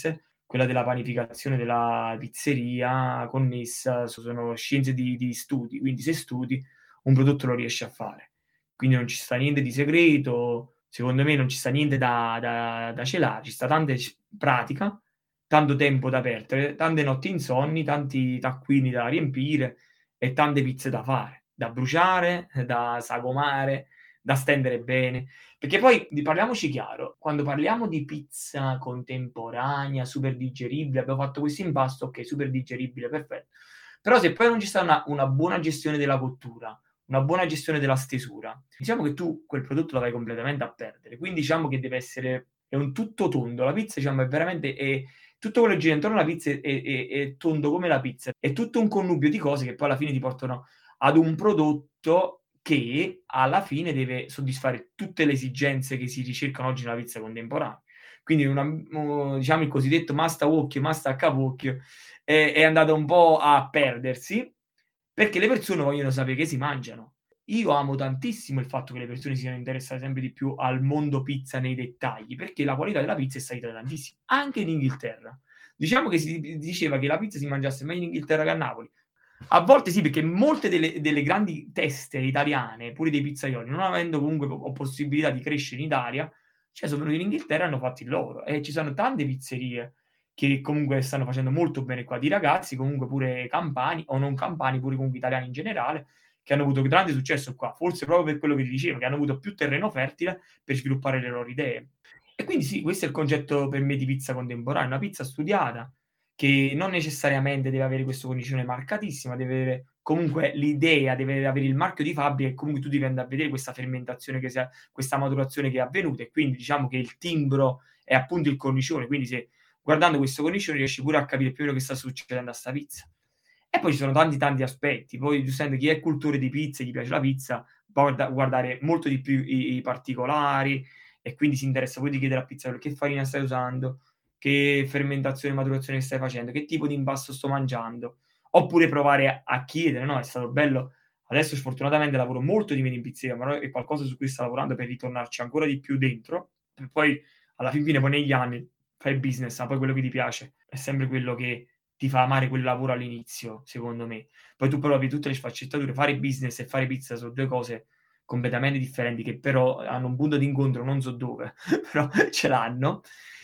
quella della panificazione della pizzeria connessa, sono scienze di, di studi, quindi se studi un prodotto lo riesci a fare. Quindi non ci sta niente di segreto, secondo me non ci sta niente da, da, da celare, ci sta tanta pratica, tanto tempo da perdere, tante notti insonni, tanti taccuini da riempire e tante pizze da fare, da bruciare, da sagomare, da stendere bene. Perché poi, parliamoci chiaro, quando parliamo di pizza contemporanea, super digeribile, abbiamo fatto questo impasto, ok, super digeribile, perfetto. Però se poi non ci sta una, una buona gestione della cottura, una buona gestione della stesura, diciamo che tu quel prodotto lo vai completamente a perdere. Quindi diciamo che deve essere, è un tutto tondo. La pizza, diciamo, è veramente, è, tutto quello che gira intorno alla pizza è, è, è tondo come la pizza. È tutto un connubio di cose che poi alla fine ti portano ad un prodotto che alla fine deve soddisfare tutte le esigenze che si ricercano oggi nella pizza contemporanea. Quindi una, diciamo il cosiddetto masta wok, masta H-wok è, è andato un po' a perdersi, perché le persone vogliono sapere che si mangiano. Io amo tantissimo il fatto che le persone siano interessate sempre di più al mondo pizza nei dettagli, perché la qualità della pizza è salita tantissimo, anche in Inghilterra. Diciamo che si diceva che la pizza si mangiasse meglio in Inghilterra che a Napoli. A volte sì, perché molte delle, delle grandi teste italiane, pure dei pizzaioli, non avendo comunque po- possibilità di crescere in Italia, cioè sono venuti in Inghilterra e hanno fatto il loro. E ci sono tante pizzerie che comunque stanno facendo molto bene qua, di ragazzi, comunque pure campani, o non campani, pure comunque italiani in generale, che hanno avuto grande successo qua, forse proprio per quello che ti dicevo, che hanno avuto più terreno fertile per sviluppare le loro idee. E quindi sì, questo è il concetto per me di pizza contemporanea, una pizza studiata, che non necessariamente deve avere questa condizione marcatissima, deve avere comunque l'idea, deve avere il marchio di fabbrica, e comunque tu devi andare a vedere questa fermentazione, che sia, questa maturazione che è avvenuta, e quindi diciamo che il timbro è appunto il cornicione, quindi se guardando questo cornicione riesci pure a capire più quello che sta succedendo a sta pizza. E poi ci sono tanti tanti aspetti, poi giustamente chi è cultore di pizza, gli piace la pizza, può guardare molto di più i, i particolari, e quindi si interessa poi di chiedere a pizza che farina stai usando, che fermentazione e maturazione stai facendo, che tipo di impasto sto mangiando, oppure provare a, a chiedere, no? È stato bello, adesso sfortunatamente lavoro molto di meno in pizzeria, ma è qualcosa su cui sto lavorando per ritornarci ancora di più dentro, e poi alla fin fine poi negli anni fai business, ma poi quello che ti piace è sempre quello che ti fa amare quel lavoro all'inizio, secondo me. Poi tu provi tutte le sfaccettature, fare business e fare pizza sono due cose completamente differenti, che però hanno un punto di incontro, non so dove, però ce l'hanno.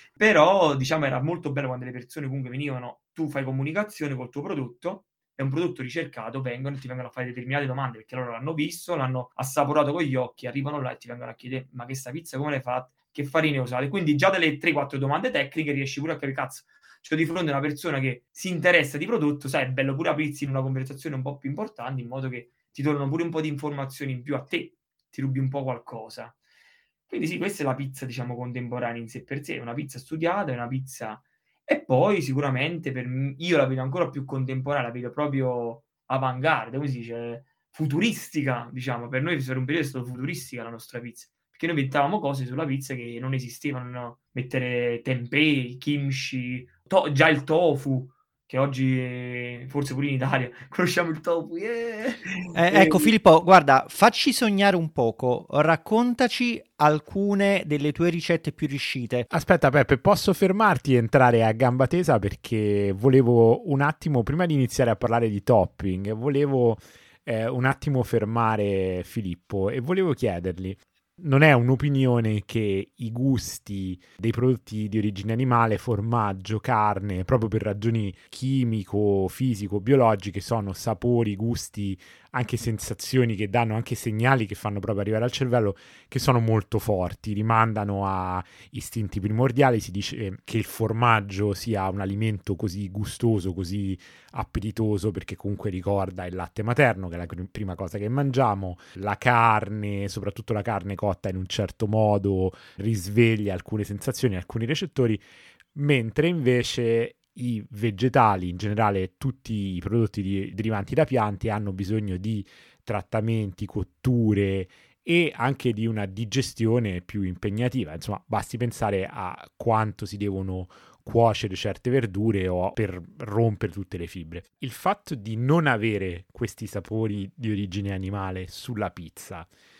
Però diciamo era molto bello quando le persone comunque venivano, tu fai comunicazione col tuo prodotto, è un prodotto ricercato, vengono e ti vengono a fare determinate domande, perché loro l'hanno visto, l'hanno assaporato con gli occhi, arrivano là e ti vengono a chiedere ma che sta pizza come l'hai fatta, che farine usate, quindi già delle tre quattro domande tecniche riesci pure a capire, cazzo, c'ho di fronte una persona che si interessa di prodotto, sai, è bello pure aprirsi in una conversazione un po' più importante, in modo che ti tornano pure un po' di informazioni in più a te, ti rubi un po' qualcosa. Quindi sì, questa è la pizza, diciamo, contemporanea in sé per sé, è una pizza studiata, è una pizza... E poi sicuramente per me, io la vedo ancora più contemporanea, la vedo proprio avanguardia, come si dice, futuristica, diciamo. Per noi per un periodo è stato futuristica la nostra pizza, perché noi inventavamo cose sulla pizza che non esistevano, no? Mettere tempeh, kimchi, to- già il tofu, che oggi eh, forse pure in Italia conosciamo il tofu. Yeah! Eh, ecco Filippo, guarda, facci sognare un poco, raccontaci alcune delle tue ricette più riuscite. Aspetta Peppe, posso fermarti e entrare a gamba tesa, perché volevo un attimo, prima di iniziare a parlare di topping, volevo eh, un attimo fermare Filippo e volevo chiedergli: non è un'opinione che i gusti dei prodotti di origine animale, formaggio, carne, proprio per ragioni chimico, fisico, biologiche, sono sapori, gusti, anche sensazioni che danno, anche segnali che fanno proprio arrivare al cervello, che sono molto forti, rimandano a istinti primordiali. Si dice che il formaggio sia un alimento così gustoso, così appetitoso, perché comunque ricorda il latte materno, che è la prima cosa che mangiamo. La carne, soprattutto la carne cotta in un certo modo, risveglia alcune sensazioni, alcuni recettori, mentre invece i vegetali, in generale tutti i prodotti di, derivanti da piante, hanno bisogno di trattamenti, cotture e anche di una digestione più impegnativa. Insomma, basti pensare a quanto si devono cuocere certe verdure o per rompere tutte le fibre. Il fatto di non avere questi sapori di origine animale sulla pizza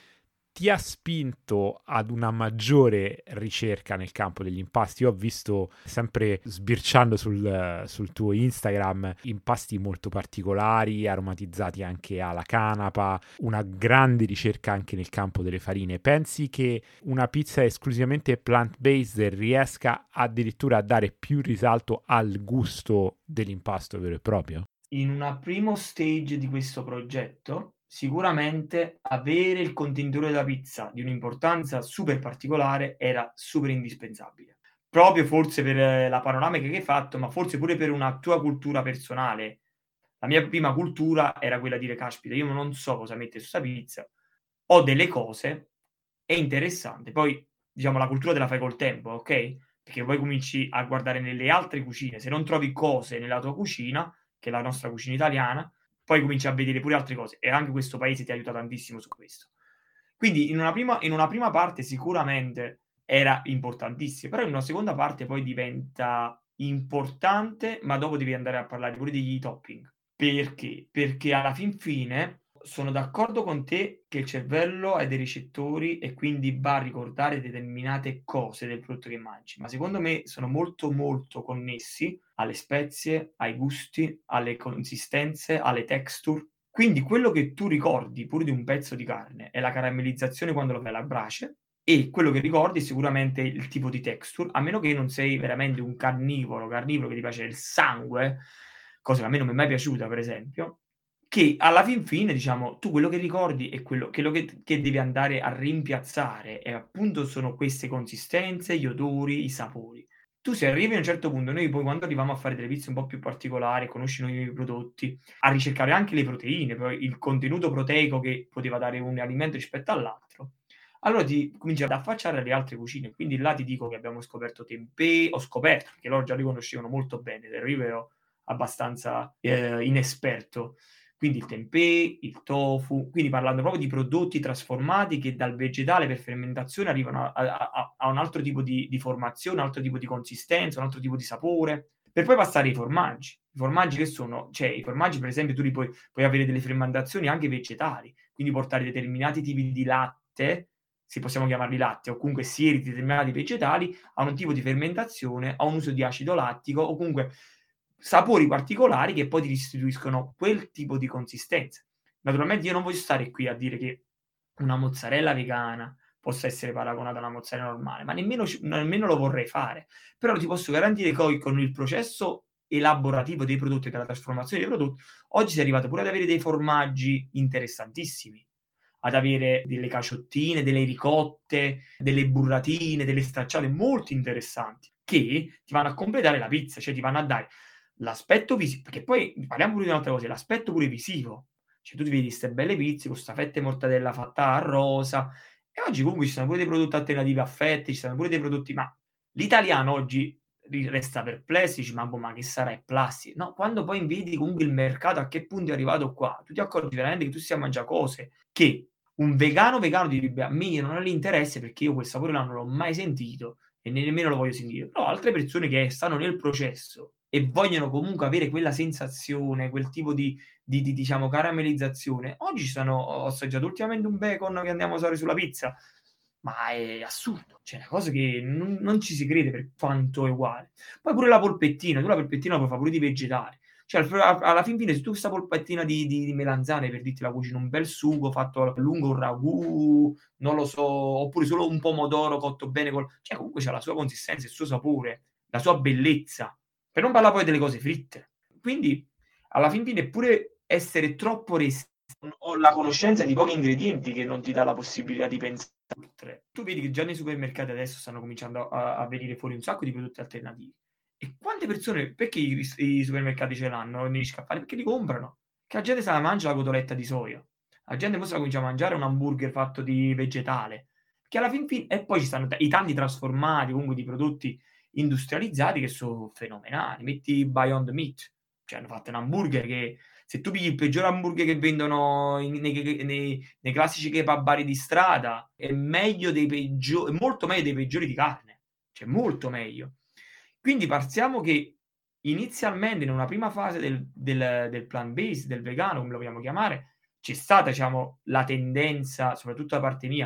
ti ha spinto ad una maggiore ricerca nel campo degli impasti? Io ho visto, sempre sbirciando sul, sul tuo Instagram, impasti molto particolari, aromatizzati anche alla canapa, una grande ricerca anche nel campo delle farine. Pensi che una pizza esclusivamente plant-based riesca addirittura a dare più risalto al gusto dell'impasto vero e proprio? In una primo stage di questo progetto, sicuramente avere il contenitore della pizza di un'importanza super particolare era super indispensabile. Proprio forse per la panoramica che hai fatto, ma forse pure per una tua cultura personale. La mia prima cultura era quella di dire, caspita, io non so cosa mettere su sta pizza, ho delle cose, è interessante. Poi, diciamo, la cultura te la fai col tempo, ok? Perché poi cominci a guardare nelle altre cucine. Se non trovi cose nella tua cucina, che è la nostra cucina italiana, poi cominci a vedere pure altre cose, e anche questo paese ti aiuta tantissimo su questo. Quindi in una prima, in una prima parte sicuramente era importantissimo, però in una seconda parte poi diventa importante, ma dopo devi andare a parlare pure degli topping. Perché? Perché alla fin fine sono d'accordo con te che il cervello ha dei ricettori e quindi va a ricordare determinate cose del prodotto che mangi, ma secondo me sono molto molto connessi alle spezie, ai gusti, alle consistenze, alle texture. Quindi quello che tu ricordi pure di un pezzo di carne è la caramellizzazione quando lo fai alla brace, e quello che ricordi è sicuramente il tipo di texture, a meno che non sei veramente un carnivoro, carnivoro che ti piace il sangue, cosa che a me non mi è mai piaciuta, per esempio, che alla fin fine, diciamo, tu quello che ricordi è quello, quello che, che devi andare a rimpiazzare, e appunto sono queste consistenze, gli odori, i sapori. Tu se arrivi a un certo punto, noi poi quando arriviamo a fare delle pizze un po' più particolari, conosci nuovi prodotti, a ricercare anche le proteine, poi il contenuto proteico che poteva dare un alimento rispetto all'altro, allora ti cominci ad affacciare alle altre cucine. Quindi là ti dico che abbiamo scoperto tempeh, ho scoperto, perché loro già li conoscevano molto bene, io ero abbastanza eh, inesperto, quindi il tempeh, il tofu, quindi parlando proprio di prodotti trasformati che dal vegetale per fermentazione arrivano a, a, a un altro tipo di, di formazione, un altro tipo di consistenza, un altro tipo di sapore, per poi passare ai formaggi. I formaggi che sono, cioè i formaggi per esempio tu li puoi, puoi avere delle fermentazioni anche vegetali, quindi portare determinati tipi di latte, se possiamo chiamarli latte, o comunque sieri di determinati vegetali, a un tipo di fermentazione, a un uso di acido lattico, o comunque sapori particolari che poi ti restituiscono quel tipo di consistenza. Naturalmente io non voglio stare qui a dire che una mozzarella vegana possa essere paragonata a una mozzarella normale, ma nemmeno, nemmeno lo vorrei fare. Però ti posso garantire che con il processo elaborativo dei prodotti e della trasformazione dei prodotti, oggi si è arrivato pure ad avere dei formaggi interessantissimi, ad avere delle caciottine, delle ricotte, delle burratine, delle stracciate molto interessanti, che ti vanno a completare la pizza, cioè ti vanno a dare l'aspetto visivo, perché poi parliamo pure di un'altra cosa, l'aspetto pure visivo, cioè tu ti vedi queste belle pizze con questa fetta mortadella fatta a rosa, e oggi comunque ci sono pure dei prodotti alternativi a fette, ci sono pure dei prodotti, ma l'italiano oggi resta perplesso, dice ma, boh, ma che sarà, è plastica? No, quando poi vedi comunque il mercato a che punto è arrivato qua, tu ti accorgi veramente che tu stai a mangiare cose che un vegano vegano direbbe a me non ha l'interesse perché io quel sapore là non l'ho mai sentito e nemmeno lo voglio sentire, però altre persone che stanno nel processo e vogliono comunque avere quella sensazione, quel tipo di, di, di diciamo caramellizzazione. Oggi sono, ho assaggiato ultimamente un bacon che andiamo a usare sulla pizza, ma è assurdo, cioè è una cosa che non, non ci si crede per quanto è uguale. Poi pure la polpettina, tu la polpettina la puoi fare pure di vegetali, cioè alla fin fine se tu questa polpettina di, di, di melanzane, per dirti, la cucini un bel sugo fatto lungo un ragù, non lo so, oppure solo un pomodoro cotto bene, col... cioè comunque c'ha la sua consistenza, il suo sapore, la sua bellezza, per non parlare poi delle cose fritte. Quindi alla fin fine pure essere troppo resti, ho la conoscenza di pochi ingredienti che non ti dà la possibilità di pensare oltre. Tu vedi che già nei supermercati adesso stanno cominciando a, a venire fuori un sacco di prodotti alternativi. E quante persone, perché i, i supermercati ce l'hanno negli scaffali? Perché li comprano. Che la gente se la mangia la cotoletta di soia. La gente poi se la comincia a mangiare un hamburger fatto di vegetale. Che alla fin fine... E poi ci stanno i tanti trasformati, comunque di prodotti industrializzati che sono fenomenali. Metti Beyond Meat. Cioè hanno fatto un hamburger che... Se tu pigli il peggior hamburger che vendono in, nei, nei, nei classici kebabari di strada, è meglio dei peggiori, molto meglio dei peggiori di carne. Cioè molto meglio. Quindi partiamo che inizialmente in una prima fase del, del, del plant-based, del vegano, come lo vogliamo chiamare, c'è stata, diciamo, la tendenza, soprattutto da parte mia,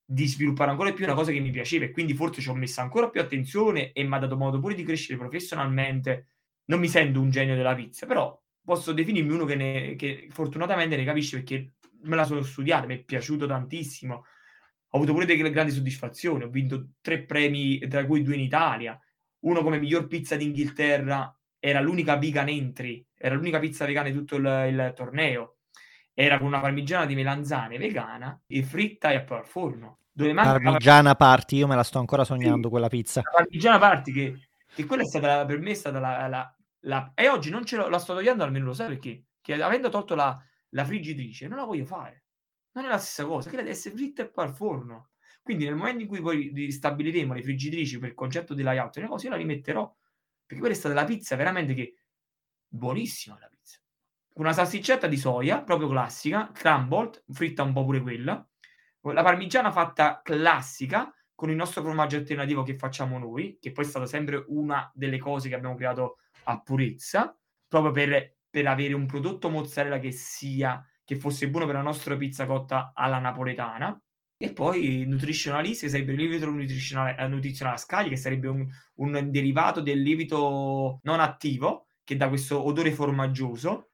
di sviluppare ancora di più una cosa che mi piaceva, e quindi forse ci ho messo ancora più attenzione e mi ha dato modo pure di crescere professionalmente. Non mi sento un genio della pizza, però posso definirmi uno che, ne, che fortunatamente ne capisce, perché me la sono studiata, mi è piaciuto tantissimo, ho avuto pure delle grandi soddisfazioni, ho vinto tre premi, tra cui due in Italia, uno come miglior pizza d'Inghilterra, era l'unica vegan entry, era l'unica pizza vegana di tutto il, il torneo, era con una parmigiana di melanzane vegana e fritta e al forno. Dove manca parmigiana party, io me la sto ancora sognando, sì, quella pizza. La parmigiana party, che, che quella è stata, per me è stata la, la, la... E oggi non ce l'ho, la sto togliendo almeno, lo sai perché? Che avendo tolto la, la friggitrice, non la voglio fare. Non è la stessa cosa, che deve essere fritta e poi al forno. Quindi nel momento in cui poi stabiliremo le friggitrici per il concetto di layout e le cose, io la rimetterò. Perché quella è stata la pizza veramente che... buonissima la pizza. Una salsiccetta di soia, proprio classica, crumbled, fritta un po' pure quella. La parmigiana fatta classica, con il nostro formaggio alternativo che facciamo noi, che poi è stata sempre una delle cose che abbiamo creato a Purezza, proprio per, per avere un prodotto mozzarella che sia, che fosse buono per la nostra pizza cotta alla napoletana. E poi Nutritionalist, che sarebbe il lievito nutrizionale, nutrizionale a scaglie, che sarebbe un, un derivato del lievito non attivo, che dà questo odore formaggioso,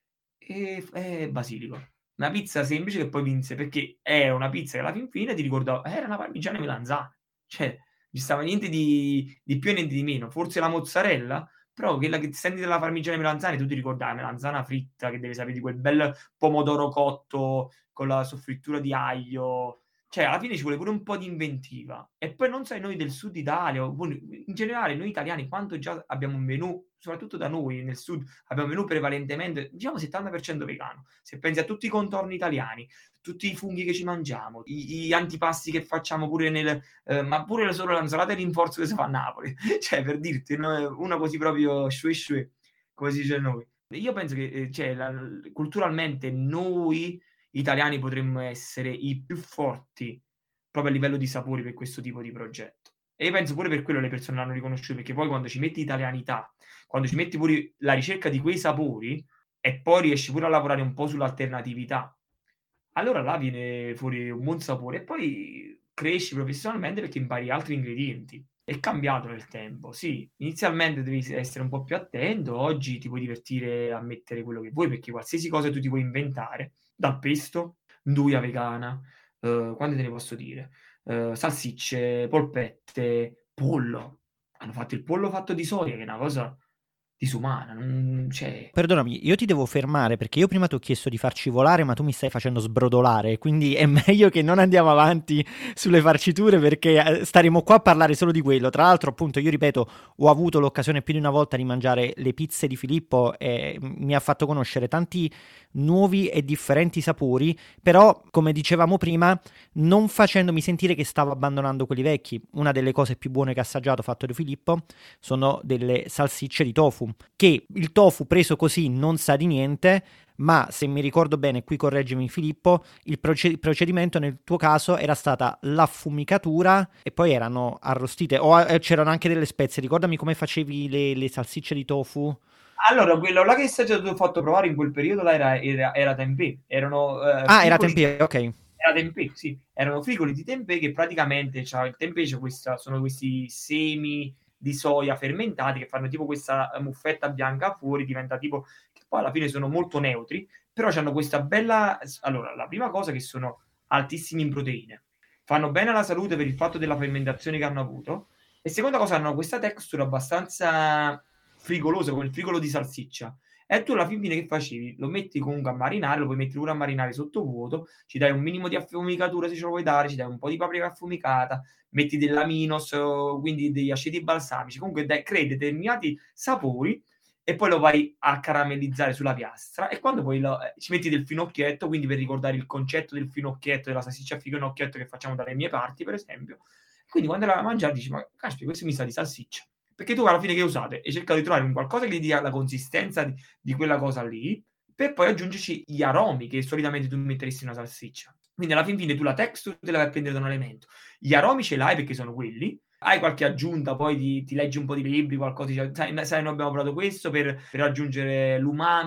e, e basilico. Una pizza semplice che poi vinse, perché è una pizza che alla fin fine ti ricordavo, era una parmigiana e melanzane, cioè non ci stava niente di, di più e niente di meno, forse la mozzarella, però quella che senti della parmigiana e melanzane tu ti ricordi la melanzana fritta, che deve sapere di quel bel pomodoro cotto con la soffrittura di aglio, cioè alla fine ci vuole pure un po' di inventiva. E poi non sai noi del sud Italia, in generale noi italiani, quanto già abbiamo un menù, soprattutto da noi nel sud, abbiamo un menù prevalentemente, diciamo settanta per cento vegano. Se pensi a tutti i contorni italiani, tutti i funghi che ci mangiamo, i, gli antipasti che facciamo pure nel... Eh, ma pure solo l'insalata di rinforzo che si fa a Napoli, cioè per dirti, no, una così proprio shue shue, come si dice noi. Io penso che cioè, la, culturalmente noi italiani potremmo essere i più forti proprio a livello di sapori per questo tipo di progetto. E io penso pure per quello le persone l'hanno riconosciuto, perché poi quando ci metti italianità, quando ci metti pure la ricerca di quei sapori e poi riesci pure a lavorare un po' sull'alternatività, allora là viene fuori un buon sapore e poi cresci professionalmente perché impari altri ingredienti. È cambiato nel tempo, sì. Inizialmente devi essere un po' più attento, oggi ti puoi divertire a mettere quello che vuoi, perché qualsiasi cosa tu ti puoi inventare, dal pesto, nduja vegana, eh, quante te ne posso dire, eh, salsicce, polpette, pollo. Hanno fatto il pollo fatto di soia, che è una cosa disumana, non c'è... Perdonami, io ti devo fermare perché io prima ti ho chiesto di farci volare, ma tu mi stai facendo sbrodolare, quindi è meglio che non andiamo avanti sulle farciture, perché staremo qua a parlare solo di quello. Tra l'altro, appunto, io ripeto, ho avuto l'occasione più di una volta di mangiare le pizze di Filippo e mi ha fatto conoscere tanti nuovi e differenti sapori, però, come dicevamo prima, non facendomi sentire che stavo abbandonando quelli vecchi. Una delle cose più buone che ha assaggiato fatto di Filippo sono delle salsicce di tofu, che il tofu preso così non sa di niente, ma se mi ricordo bene, qui correggimi Filippo, il proced- procedimento nel tuo caso era stata l'affumicatura e poi erano arrostite, o eh, c'erano anche delle spezie. Ricordami come facevi le, le salsicce di tofu. Allora, quello là che sei stato fatto provare in quel periodo là era, era, era tempeh, erano... Eh, ah, era tempeh, ok. Era tempeh, sì, erano frigoli di tempeh che praticamente, cioè, il tempeh c'è questa, sono questi semi di soia fermentati che fanno tipo questa muffetta bianca fuori, diventa tipo, che poi alla fine sono molto neutri, però hanno questa bella... Allora, la prima cosa è che sono altissimi in proteine, fanno bene alla salute per il fatto della fermentazione che hanno avuto, e seconda cosa hanno questa texture abbastanza frigolosa, come il frigolo di salsiccia. E tu alla fine che facevi? Lo metti comunque a marinare, lo puoi mettere pure a marinare sotto vuoto, ci dai un minimo di affumicatura se ce lo vuoi dare, ci dai un po' di paprika affumicata, metti dell'aminos, quindi degli aceti balsamici, comunque dai, crei determinati sapori e poi lo vai a caramellizzare sulla piastra, e quando poi lo, eh, ci metti del finocchietto, quindi per ricordare il concetto del finocchietto, della salsiccia a finocchietto che facciamo dalle mie parti, per esempio. Quindi quando la mangiare dici, ma caspita, questo mi sa di salsiccia. Perché tu alla fine che usate? E cercate di trovare un qualcosa che gli dia la consistenza di, di quella cosa lì, per poi aggiungerci gli aromi che solitamente tu metteresti in una salsiccia. Quindi alla fin fine tu la texture te la vai a prendere da un elemento. Gli aromi ce l'hai perché sono quelli. Hai qualche aggiunta, poi ti, ti leggi un po' di libri, qualcosa, sai, sai, noi abbiamo provato questo per, per aggiungere l'umami,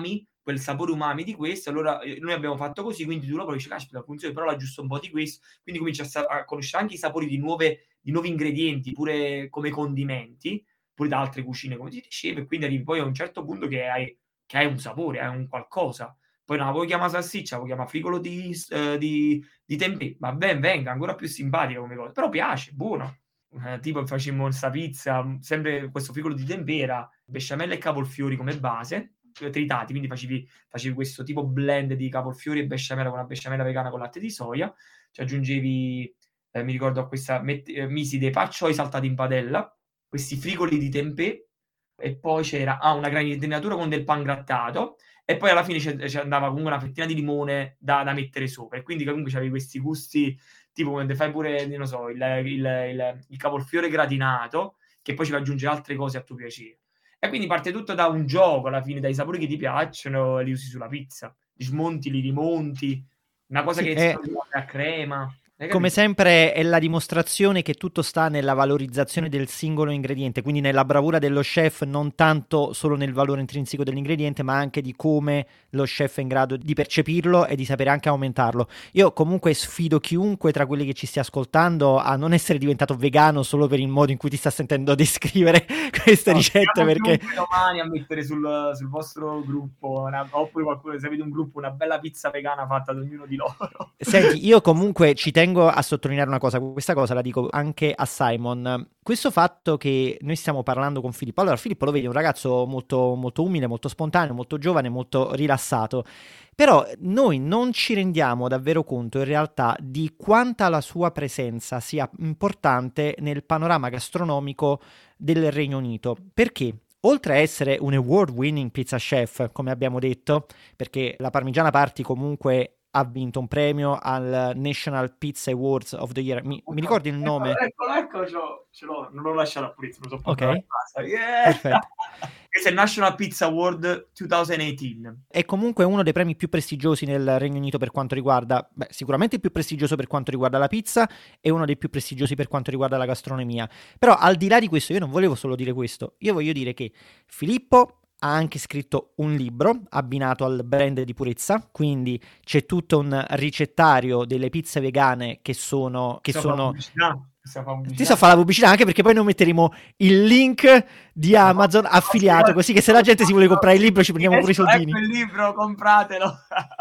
quel sapore umami di questo, allora eh, noi abbiamo fatto così, quindi tu lo provi e dici, caspita, funziona, però l'aggiusto un po' di questo, quindi cominci a, sa- a conoscere anche i sapori di, nuove, di nuovi ingredienti, pure come condimenti, pure da altre cucine, come ti dicevo, e quindi arrivi poi a un certo punto che hai, che hai un sapore, hai un qualcosa. Poi non la vuoi chiamare salsiccia, la vuoi chiamare frigolo di, eh, di, di tempeh, va ben venga, ancora più simpatica come cosa, però piace, buono. Eh, tipo facemmo questa pizza, sempre questo frigolo di tempera, besciamella e cavolfiori come base, tritati, quindi facevi, facevi questo tipo blend di cavolfiori e besciamella con una besciamella vegana con latte di soia, ci aggiungevi, eh, mi ricordo a questa, metti, eh, misi dei paccioi saltati in padella, questi frigoli di tempeh, e poi c'era ah, una granitatura con del pangrattato, e poi alla fine ci andava comunque una fettina di limone da, da mettere sopra, e quindi comunque c'avevi questi gusti, tipo quando fai pure, non so, il, il, il, il cavolfiore gratinato, che poi ci va aggiungere altre cose a tuo piacere. E quindi parte tutto da un gioco, alla fine, dai sapori che ti piacciono, li usi sulla pizza. Li smonti, li rimonti, una cosa Sì, che è... si fa a crema. Come sempre è la dimostrazione che tutto sta nella valorizzazione del singolo ingrediente, quindi nella bravura dello chef, non tanto solo nel valore intrinseco dell'ingrediente, ma anche di come lo chef è in grado di percepirlo e di sapere anche aumentarlo. Io comunque sfido chiunque tra quelli che ci stia ascoltando a non essere diventato vegano solo per il modo in cui ti sta sentendo descrivere queste no, ricette, perché domani a mettere sul, sul vostro gruppo una, oppure qualcuno, se avete un gruppo, una bella pizza vegana fatta da ognuno di loro. Senti, io comunque ci tengo a sottolineare una cosa, questa cosa la dico anche a Simon. Questo fatto che noi stiamo parlando con Filippo, allora Filippo lo vedi un ragazzo molto, molto umile, molto spontaneo, molto giovane, molto rilassato, però noi non ci rendiamo davvero conto in realtà di quanta la sua presenza sia importante nel panorama gastronomico del Regno Unito, perché oltre a essere un award-winning pizza chef, come abbiamo detto, perché la Parmigiana Party comunque ha vinto un premio al National Pizza Awards of the Year. Mi, mi ricordi il nome? Eccolo, eccolo, eccolo, ce l'ho, non l'ho lasciato a pulire, me lo so ok, yeah! Perfetto. Questo è il National Pizza Award duemiladiciotto. È comunque uno dei premi più prestigiosi nel Regno Unito per quanto riguarda, beh, sicuramente il più prestigioso per quanto riguarda la pizza e uno dei più prestigiosi per quanto riguarda la gastronomia. Però al di là di questo, io non volevo solo dire questo, io voglio dire che Filippo ha anche scritto un libro abbinato al brand di purezza, quindi c'è tutto un ricettario delle pizze vegane che sono... Che sono... Ti so fare la pubblicità anche perché poi noi metteremo il link di Amazon no, affiliato, così che se la gente si vuole comprare il libro ci prendiamo pure i soldini. Ecco il libro, compratelo.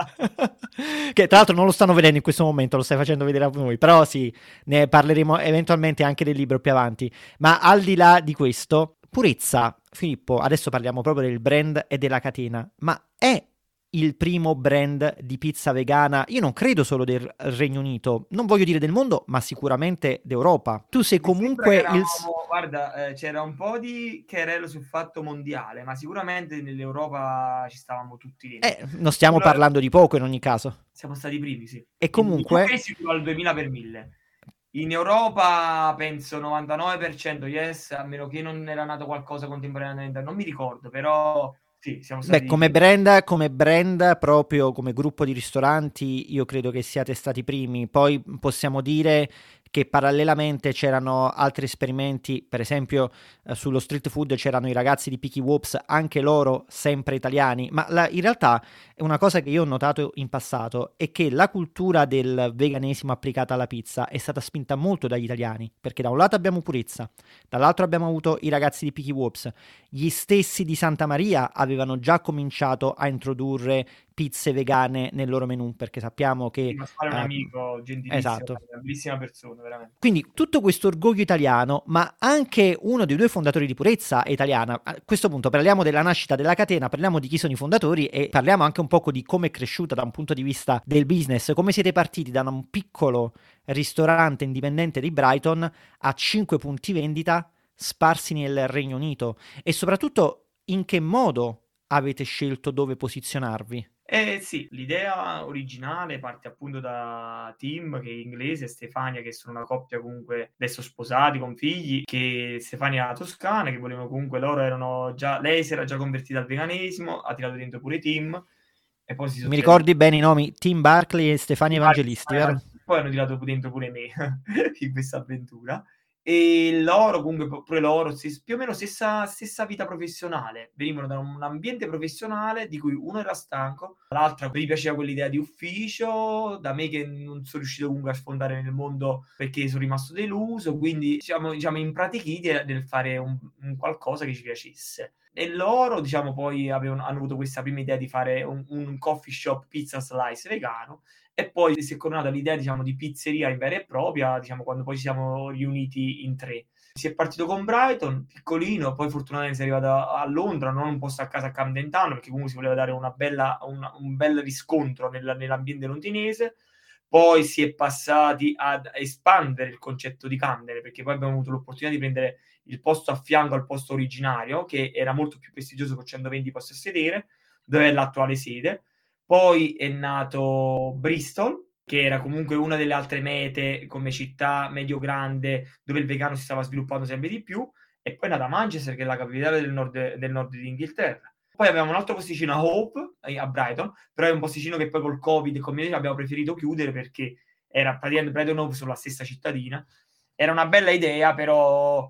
Che tra l'altro non lo stanno vedendo in questo momento, lo stai facendo vedere a noi, però sì, ne parleremo eventualmente anche del libro più avanti. Ma al di là di questo, Purezza, Filippo, adesso parliamo proprio del brand e della catena, ma è il primo brand di pizza vegana, io non credo solo del Regno Unito, non voglio dire del mondo, ma sicuramente d'Europa. Tu sei comunque eravamo, il... Guarda, eh, c'era un po' di querelo sul fatto mondiale, ma sicuramente nell'Europa ci stavamo tutti dentro. Eh, non stiamo allora, parlando di poco in ogni caso. Siamo stati i primi, sì. E comunque... In al duemila per mille. In Europa penso novantanove per cento yes, a meno che non era nato qualcosa contemporaneamente, non mi ricordo, però... Sì, siamo stati... Beh, come brand, come brand, proprio come gruppo di ristoranti, io credo che siate stati i primi. Poi possiamo dire che parallelamente c'erano altri esperimenti, per esempio eh, sullo street food c'erano i ragazzi di Picky Whoops, anche loro sempre italiani, ma la, in realtà è una cosa che io ho notato in passato è che la cultura del veganesimo applicata alla pizza è stata spinta molto dagli italiani, perché da un lato abbiamo Purezza, dall'altro abbiamo avuto i ragazzi di Picky Whoops, gli stessi di Santa Maria avevano già cominciato a introdurre pizze vegane nel loro menù, perché sappiamo che sì, ma un uh, amico gentilissimo, esatto, una bellissima persona veramente. Quindi tutto questo orgoglio italiano, ma anche uno dei due fondatori di Purezza è italiana. A questo punto parliamo della nascita della catena, parliamo di chi sono i fondatori e parliamo anche un poco di come è cresciuta da un punto di vista del business, come siete partiti da un piccolo ristorante indipendente di Brighton a cinque punti vendita sparsi nel Regno Unito, e soprattutto in che modo avete scelto dove posizionarvi? Eh sì, l'idea originale parte appunto da Tim, che è inglese, e Stefania, che sono una coppia comunque adesso sposati con figli, che Stefania è toscana, che volevano comunque, loro erano già, lei si era già convertita al veganesimo, ha tirato dentro pure Tim, e poi si sono Mi ricordi bene i nomi? Tim Barkley e Stefania Evangelisti, vero? Poi hanno tirato dentro pure me in questa avventura. e loro comunque pure loro stess- più o meno stessa, stessa vita professionale, venivano da un ambiente professionale di cui uno era stanco, l'altra gli piaceva quell'idea di ufficio, da me che non sono riuscito comunque a sfondare nel mondo perché sono rimasto deluso, quindi siamo diciamo impratichiti nel fare un, un qualcosa che ci piacesse. E loro, diciamo, poi avevano, hanno avuto questa prima idea di fare un, un coffee shop pizza slice vegano, e poi si è coronata l'idea, diciamo, di pizzeria in vera e propria, diciamo, quando poi ci siamo riuniti in tre. Si è partito con Brighton, piccolino, poi fortunatamente si è arrivato a, a Londra, non un posto a casa a Camden Town, perché comunque si voleva dare una bella, una, un bel riscontro nel, nell'ambiente londinese. Poi si è passati ad espandere il concetto di Camden, perché poi abbiamo avuto l'opportunità di prendere il posto a fianco al posto originario, che era molto più prestigioso con centoventi posti a sedere, dove è l'attuale sede. Poi è nato Bristol, che era comunque una delle altre mete come città medio-grande, dove il vegano si stava sviluppando sempre di più, e poi è nata Manchester, che è la capitale del nord, del nord d'Inghilterra. Poi abbiamo un altro posticino a Hope, a Brighton, però è un posticino che poi col Covid e con me abbiamo preferito chiudere perché era praticamente Brighton e Hope sulla stessa cittadina. Era una bella idea, però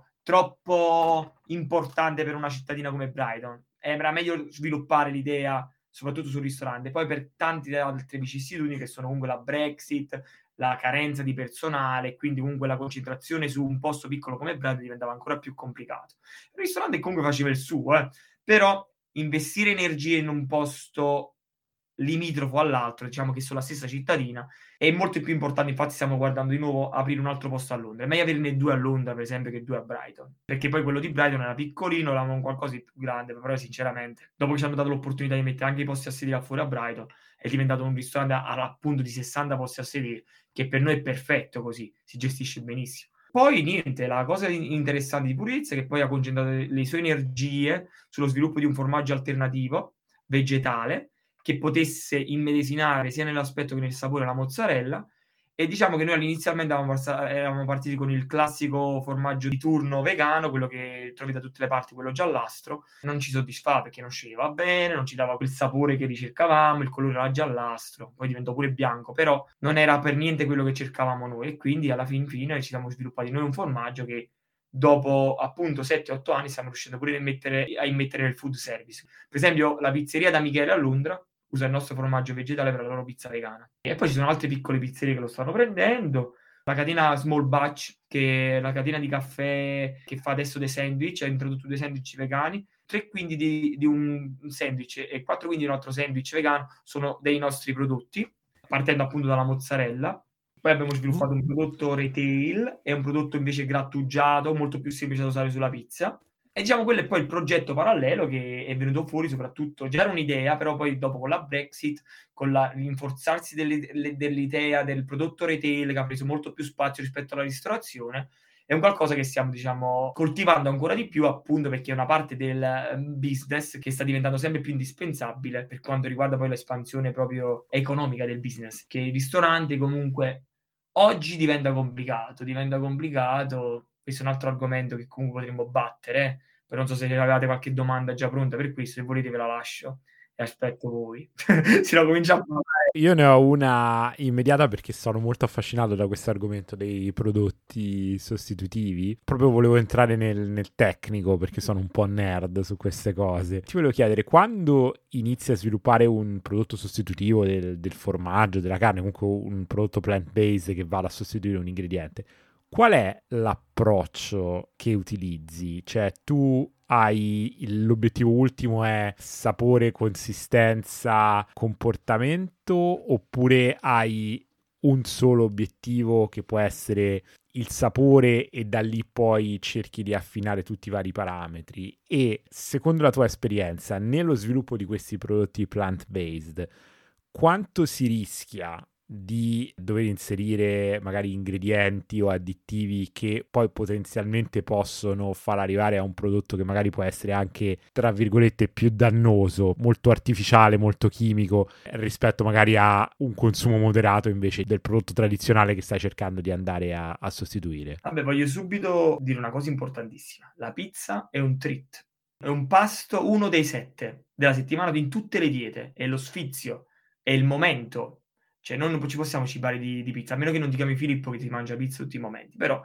troppo importante per una cittadina come Brighton. Era meglio sviluppare l'idea soprattutto sul ristorante. Poi per tante altre vicissitudini che sono comunque la Brexit, la carenza di personale, quindi comunque la concentrazione su un posto piccolo come Brighton diventava ancora più complicato. Il ristorante comunque faceva il suo, eh, però investire energie in un posto limitrofo all'altro, diciamo che sulla stessa cittadina, è molto più importante. Infatti stiamo guardando di nuovo aprire un altro posto a Londra. È meglio averne due a Londra, per esempio, che due a Brighton, perché poi quello di Brighton era piccolino, avevamo qualcosa di più grande, però sinceramente, dopo che ci hanno dato l'opportunità di mettere anche i posti a sedere fuori a Brighton, è diventato un ristorante appunto di sessanta posti a sedere, che per noi è perfetto così, si gestisce benissimo. Poi niente, la cosa interessante di Purezza è che poi ha concentrato le sue energie sullo sviluppo di un formaggio alternativo, vegetale, che potesse immedesinare sia nell'aspetto che nel sapore la mozzarella. E diciamo che noi all'inizialmente eravamo partiti con il classico formaggio di turno vegano, quello che trovi da tutte le parti, quello giallastro. Non ci soddisfava perché non sceglieva bene, non ci dava quel sapore che ricercavamo, il colore era giallastro, poi diventò pure bianco, però non era per niente quello che cercavamo noi, e quindi alla fin fine ci siamo sviluppati noi un formaggio che dopo appunto sette otto anni stiamo riuscendo pure a immettere, a immettere nel food service. Per esempio la pizzeria da Michele a Londra usa il nostro formaggio vegetale per la loro pizza vegana. E poi ci sono altre piccole pizzerie che lo stanno prendendo. La catena Small Batch, che è la catena di caffè che fa adesso dei sandwich, ha introdotto due sandwich vegani. Tre quindi di, di un sandwich e quattro quindi di un altro sandwich vegano sono dei nostri prodotti, partendo appunto dalla mozzarella. Poi abbiamo sviluppato un prodotto retail e un prodotto invece grattugiato, molto più semplice da usare sulla pizza. E diciamo quello è poi il progetto parallelo che è venuto fuori, soprattutto già era un'idea, però poi dopo con la Brexit, con la, l'inforzarsi delle, le, dell'idea del prodotto retail che ha preso molto più spazio rispetto alla ristorazione, è un qualcosa che stiamo diciamo coltivando ancora di più, appunto perché è una parte del business che sta diventando sempre più indispensabile per quanto riguarda poi l'espansione proprio economica del business, che il ristorante comunque oggi diventa complicato, diventa complicato. Questo è un altro argomento che comunque potremmo battere, eh? Però non so se avete qualche domanda già pronta per questo, se volete ve la lascio e aspetto voi. Se no cominciamo a parlare. Io ne ho una immediata perché sono molto affascinato da questo argomento dei prodotti sostitutivi. Proprio volevo entrare nel, nel tecnico perché sono un po' nerd su queste cose. Ti volevo chiedere, quando inizi a sviluppare un prodotto sostitutivo del, del formaggio, della carne, comunque un prodotto plant-based che vada a sostituire un ingrediente, qual è l'approccio che utilizzi? Cioè, tu hai l'obiettivo ultimo è sapore, consistenza, comportamento, oppure hai un solo obiettivo che può essere il sapore e da lì poi cerchi di affinare tutti i vari parametri? E secondo la tua esperienza nello sviluppo di questi prodotti plant-based, quanto si rischia di dover inserire magari ingredienti o additivi che poi potenzialmente possono far arrivare a un prodotto che magari può essere anche, tra virgolette, più dannoso, molto artificiale, molto chimico, rispetto magari a un consumo moderato invece del prodotto tradizionale che stai cercando di andare a, a sostituire? Vabbè, voglio subito dire una cosa importantissima. La pizza è un treat, è un pasto, uno dei sette della settimana in tutte le diete, è lo sfizio, è il momento. Cioè, noi non ci possiamo cibare di, di pizza, a meno che non ti chiami Filippo che ti mangia pizza tutti i momenti. Però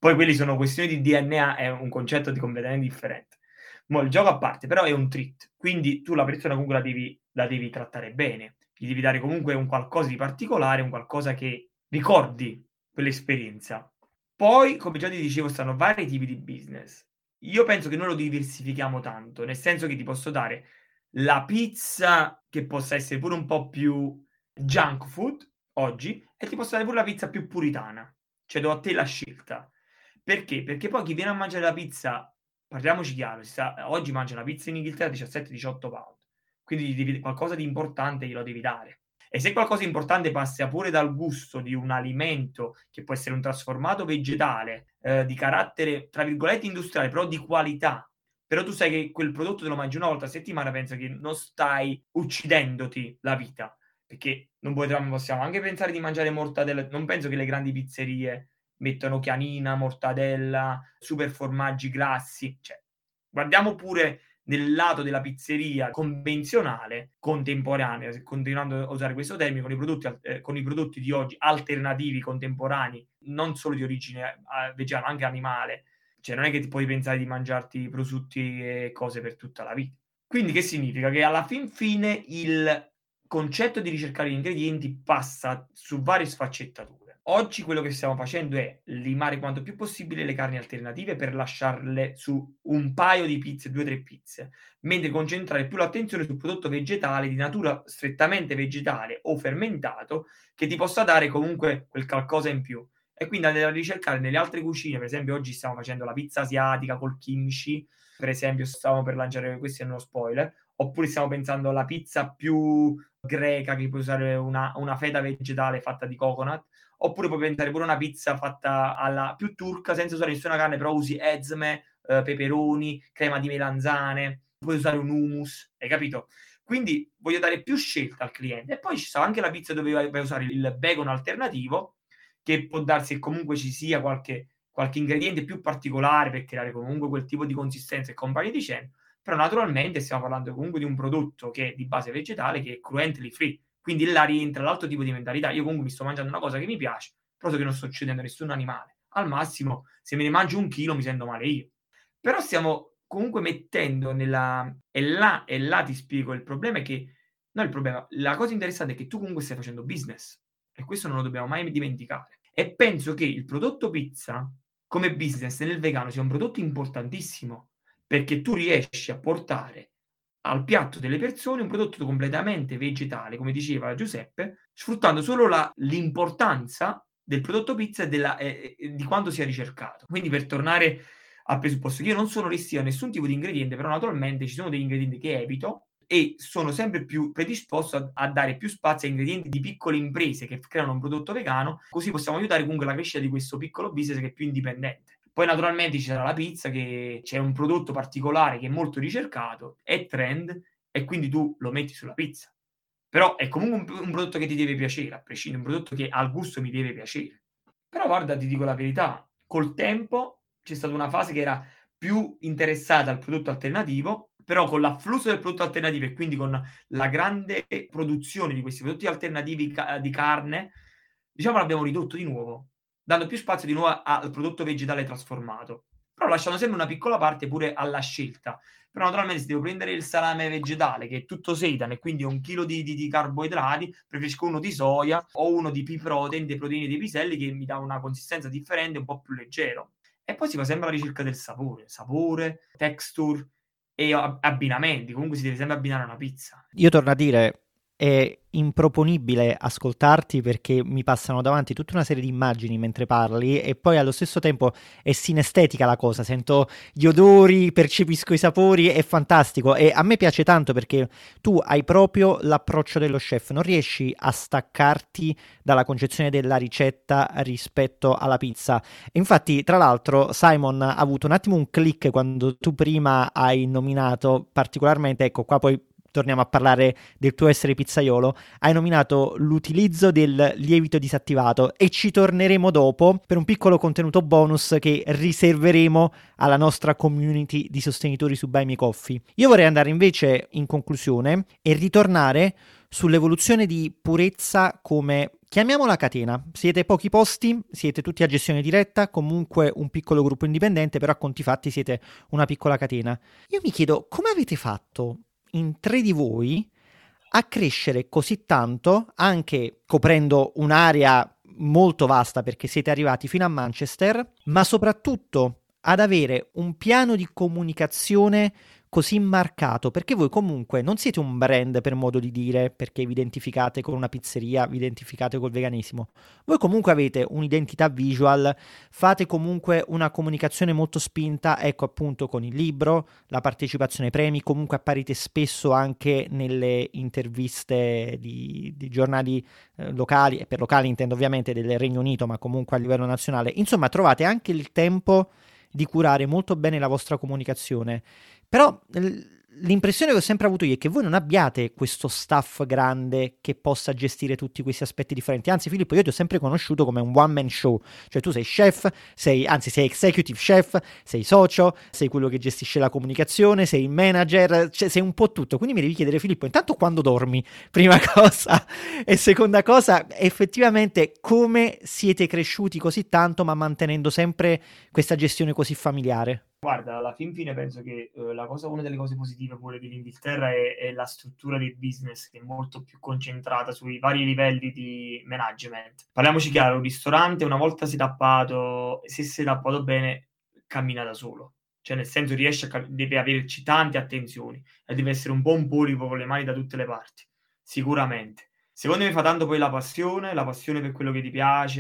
Poi quelli sono questioni di D N A, è un concetto di completamente differente. Mo il gioco a parte, però è un treat, quindi tu la persona comunque la devi, la devi trattare bene, gli devi dare comunque un qualcosa di particolare, un qualcosa che ricordi quell'esperienza. Poi, come già ti dicevo, stanno vari tipi di business. Io penso che noi lo diversifichiamo tanto, nel senso che ti posso dare la pizza che possa essere pure un po' più junk food oggi, e ti posso dare pure la pizza più puritana, cioè do a te la scelta. Perché? Perché poi chi viene a mangiare la pizza, parliamoci chiaro, si sa, oggi mangia una pizza in Inghilterra diciassette diciotto pound, quindi gli devi, qualcosa di importante glielo devi dare. E se qualcosa di importante passa pure dal gusto di un alimento che può essere un trasformato vegetale, eh, di carattere, tra virgolette, industriale, però di qualità, però tu sai che quel prodotto te lo mangi una volta a settimana, penso che non stai uccidendoti la vita, perché non potremmo, possiamo anche pensare di mangiare mortadella. Non penso che le grandi pizzerie mettono chianina, mortadella, super formaggi grassi, cioè guardiamo pure nel lato della pizzeria convenzionale, contemporanea, continuando a usare questo termine, con i prodotti, eh, con i prodotti di oggi alternativi, contemporanei, non solo di origine eh, vegetale, anche animale. Cioè non è che ti puoi pensare di mangiarti prosciutti e cose per tutta la vita. Quindi che significa? Che alla fin fine il concetto di ricercare gli ingredienti passa su varie sfaccettature. Oggi quello che stiamo facendo è limare quanto più possibile le carni alternative per lasciarle su un paio di pizze, due o tre pizze, mentre concentrare più l'attenzione sul prodotto vegetale di natura strettamente vegetale o fermentato, che ti possa dare comunque quel qualcosa in più. E quindi andare a ricercare nelle altre cucine. Per esempio oggi stiamo facendo la pizza asiatica col kimchi, per esempio stavamo per lanciare, questo è uno spoiler, oppure stiamo pensando alla pizza più greca, che puoi usare una, una feta vegetale fatta di coconut, oppure puoi pensare pure una pizza fatta alla più turca senza usare nessuna carne, però usi ezme, eh, peperoni, crema di melanzane, puoi usare un hummus, hai capito? Quindi voglio dare più scelta al cliente. E poi ci sta anche la pizza dove vai a usare il bacon alternativo, che può darsi che comunque ci sia qualche, qualche ingrediente più particolare per creare comunque quel tipo di consistenza e compagnia dicendo, però naturalmente stiamo parlando comunque di un prodotto che è di base vegetale, che è cruelty free, quindi là rientra l'altro tipo di mentalità. Io comunque mi sto mangiando una cosa che mi piace, però so che non sto uccidendo nessun animale. Al massimo, se me ne mangio un chilo mi sento male io. Però stiamo comunque mettendo nella... E là, e là ti spiego, il problema è che... No, il problema, la cosa interessante è che tu comunque stai facendo business, e questo non lo dobbiamo mai dimenticare. E penso che il prodotto pizza, come business nel vegano, sia un prodotto importantissimo, perché tu riesci a portare al piatto delle persone un prodotto completamente vegetale, come diceva Giuseppe, sfruttando solo la, l'importanza del prodotto pizza e della, eh, di quanto sia ricercato. Quindi, per tornare al presupposto che io non sono restio a nessun tipo di ingrediente, però naturalmente ci sono degli ingredienti che evito e sono sempre più predisposto a, a dare più spazio a ingredienti di piccole imprese che creano un prodotto vegano, così possiamo aiutare comunque la crescita di questo piccolo business che è più indipendente. Poi naturalmente ci sarà la pizza, che c'è un prodotto particolare che è molto ricercato, è trend, e quindi tu lo metti sulla pizza. Però è comunque un, un prodotto che ti deve piacere, a prescindere, un prodotto che al gusto mi deve piacere. Però guarda, ti dico la verità, col tempo c'è stata una fase che era più interessata al prodotto alternativo, però con l'afflusso del prodotto alternativo e quindi con la grande produzione di questi prodotti alternativi ca- di carne, diciamo l'abbiamo ridotto di nuovo, dando più spazio di nuovo al prodotto vegetale trasformato, però lasciando sempre una piccola parte pure alla scelta. Però naturalmente se devo prendere il salame vegetale, che è tutto seitan e quindi un chilo di, di, di carboidrati, preferisco uno di soia o uno di pea protein, dei proteine dei piselli, che mi dà una consistenza differente, un po' più leggero. E poi si va sempre alla ricerca del sapore, sapore, texture e abbinamenti. Comunque si deve sempre abbinare a una pizza. Io torno a dire, è improponibile ascoltarti perché mi passano davanti tutta una serie di immagini mentre parli e poi allo stesso tempo è sinestetica la cosa, sento gli odori, percepisco i sapori, è fantastico e a me piace tanto perché tu hai proprio l'approccio dello chef, non riesci a staccarti dalla concezione della ricetta rispetto alla pizza. Infatti, tra l'altro, Simon ha avuto un attimo un click quando tu prima hai nominato particolarmente, ecco qua poi torniamo a parlare del tuo essere pizzaiolo, hai nominato l'utilizzo del lievito disattivato e ci torneremo dopo per un piccolo contenuto bonus che riserveremo alla nostra community di sostenitori su Buy Me Coffee. Io vorrei andare invece in conclusione e ritornare sull'evoluzione di Purezza come, chiamiamola catena. Siete pochi posti, siete tutti a gestione diretta, comunque un piccolo gruppo indipendente, però a conti fatti siete una piccola catena. Io mi chiedo come avete fatto in tre di voi a crescere così tanto, anche coprendo un'area molto vasta perché siete arrivati fino a Manchester, ma soprattutto ad avere un piano di comunicazione così marcato, perché voi comunque non siete un brand per modo di dire, perché vi identificate con una pizzeria, vi identificate col veganesimo. Voi comunque avete un'identità visual, fate comunque una comunicazione molto spinta, ecco appunto con il libro, la partecipazione ai premi, comunque apparite spesso anche nelle interviste di, di giornali eh, locali, e per locali intendo ovviamente del Regno Unito, ma comunque a livello nazionale. Insomma, trovate anche il tempo di curare molto bene la vostra comunicazione. Però l'impressione che ho sempre avuto io è che voi non abbiate questo staff grande che possa gestire tutti questi aspetti differenti. Anzi, Filippo, io ti ho sempre conosciuto come un one man show, cioè tu sei chef, sei, anzi sei executive chef, sei socio, sei quello che gestisce la comunicazione, sei il manager, cioè sei un po' tutto. Quindi mi devi chiedere, Filippo, intanto quando dormi, prima cosa, e seconda cosa, effettivamente come siete cresciuti così tanto ma mantenendo sempre questa gestione così familiare? Guarda, alla fin fine penso che eh, la cosa, una delle cose positive pure dell'Inghilterra è, è la struttura del business, che è molto più concentrata sui vari livelli di management. Parliamoci chiaro, un ristorante una volta setappato, se setappato bene, cammina da solo. Cioè nel senso riesce a cam- deve averci tante attenzioni e deve essere un po' un polipo con le mani da tutte le parti, sicuramente. Secondo me fa tanto poi la passione, la passione per quello che ti piace,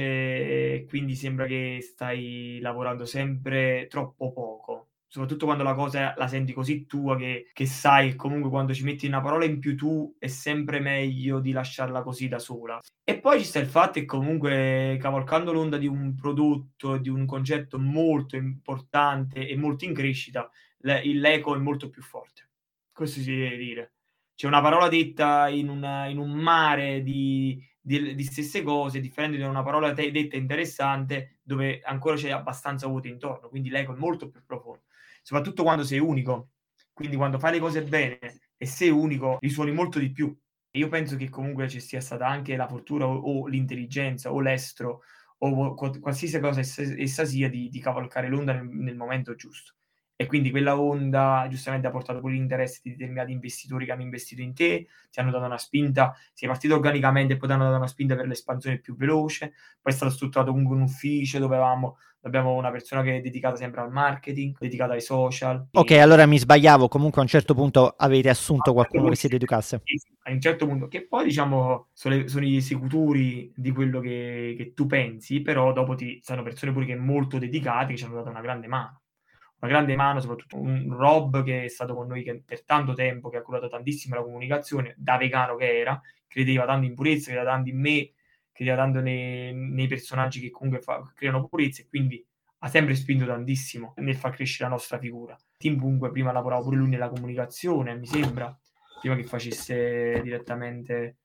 e quindi sembra che stai lavorando sempre troppo poco. Soprattutto quando la cosa la senti così tua che, che sai che comunque quando ci metti una parola in più tu è sempre meglio di lasciarla così da sola. E poi ci sta il fatto che comunque cavalcando l'onda di un prodotto, di un concetto molto importante e molto in crescita, le- l'eco è molto più forte. Questo si deve dire. C'è una parola detta in, una, in un mare di, di, di stesse cose, differente da una parola te- detta interessante, dove ancora c'è abbastanza vuoto intorno, quindi l'eco è molto più profondo, soprattutto quando sei unico. Quindi quando fai le cose bene e sei unico, risuoni molto di più. E io penso che comunque ci sia stata anche la fortuna o, o l'intelligenza o l'estro o qualsiasi cosa essa, essa sia di, di cavalcare l'onda nel, nel momento giusto. E quindi quella onda giustamente ha portato pure l'interesse di determinati investitori che hanno investito in te, ti hanno dato una spinta, sei partito organicamente e poi ti hanno dato una spinta per l'espansione più veloce, poi è stato strutturato comunque un ufficio dove avevamo, abbiamo una persona che è dedicata sempre al marketing, dedicata ai social. Ok, e... allora mi sbagliavo, comunque a un certo punto avete assunto qualcuno che si educasse. A un certo punto, che poi diciamo sono, le, sono i sicuri di quello che, che tu pensi, però dopo ti sono persone pure che molto dedicate, che ci hanno dato una grande mano. Una grande mano, soprattutto un Rob che è stato con noi che, per tanto tempo, che ha curato tantissimo la comunicazione, da vegano che era, credeva tanto in purezza, credeva tanto in me, credeva tanto nei, nei personaggi che comunque fa, creano purezza, e quindi ha sempre spinto tantissimo nel far crescere la nostra figura. Tim comunque prima lavorava pure lui nella comunicazione, mi sembra, prima che facesse direttamente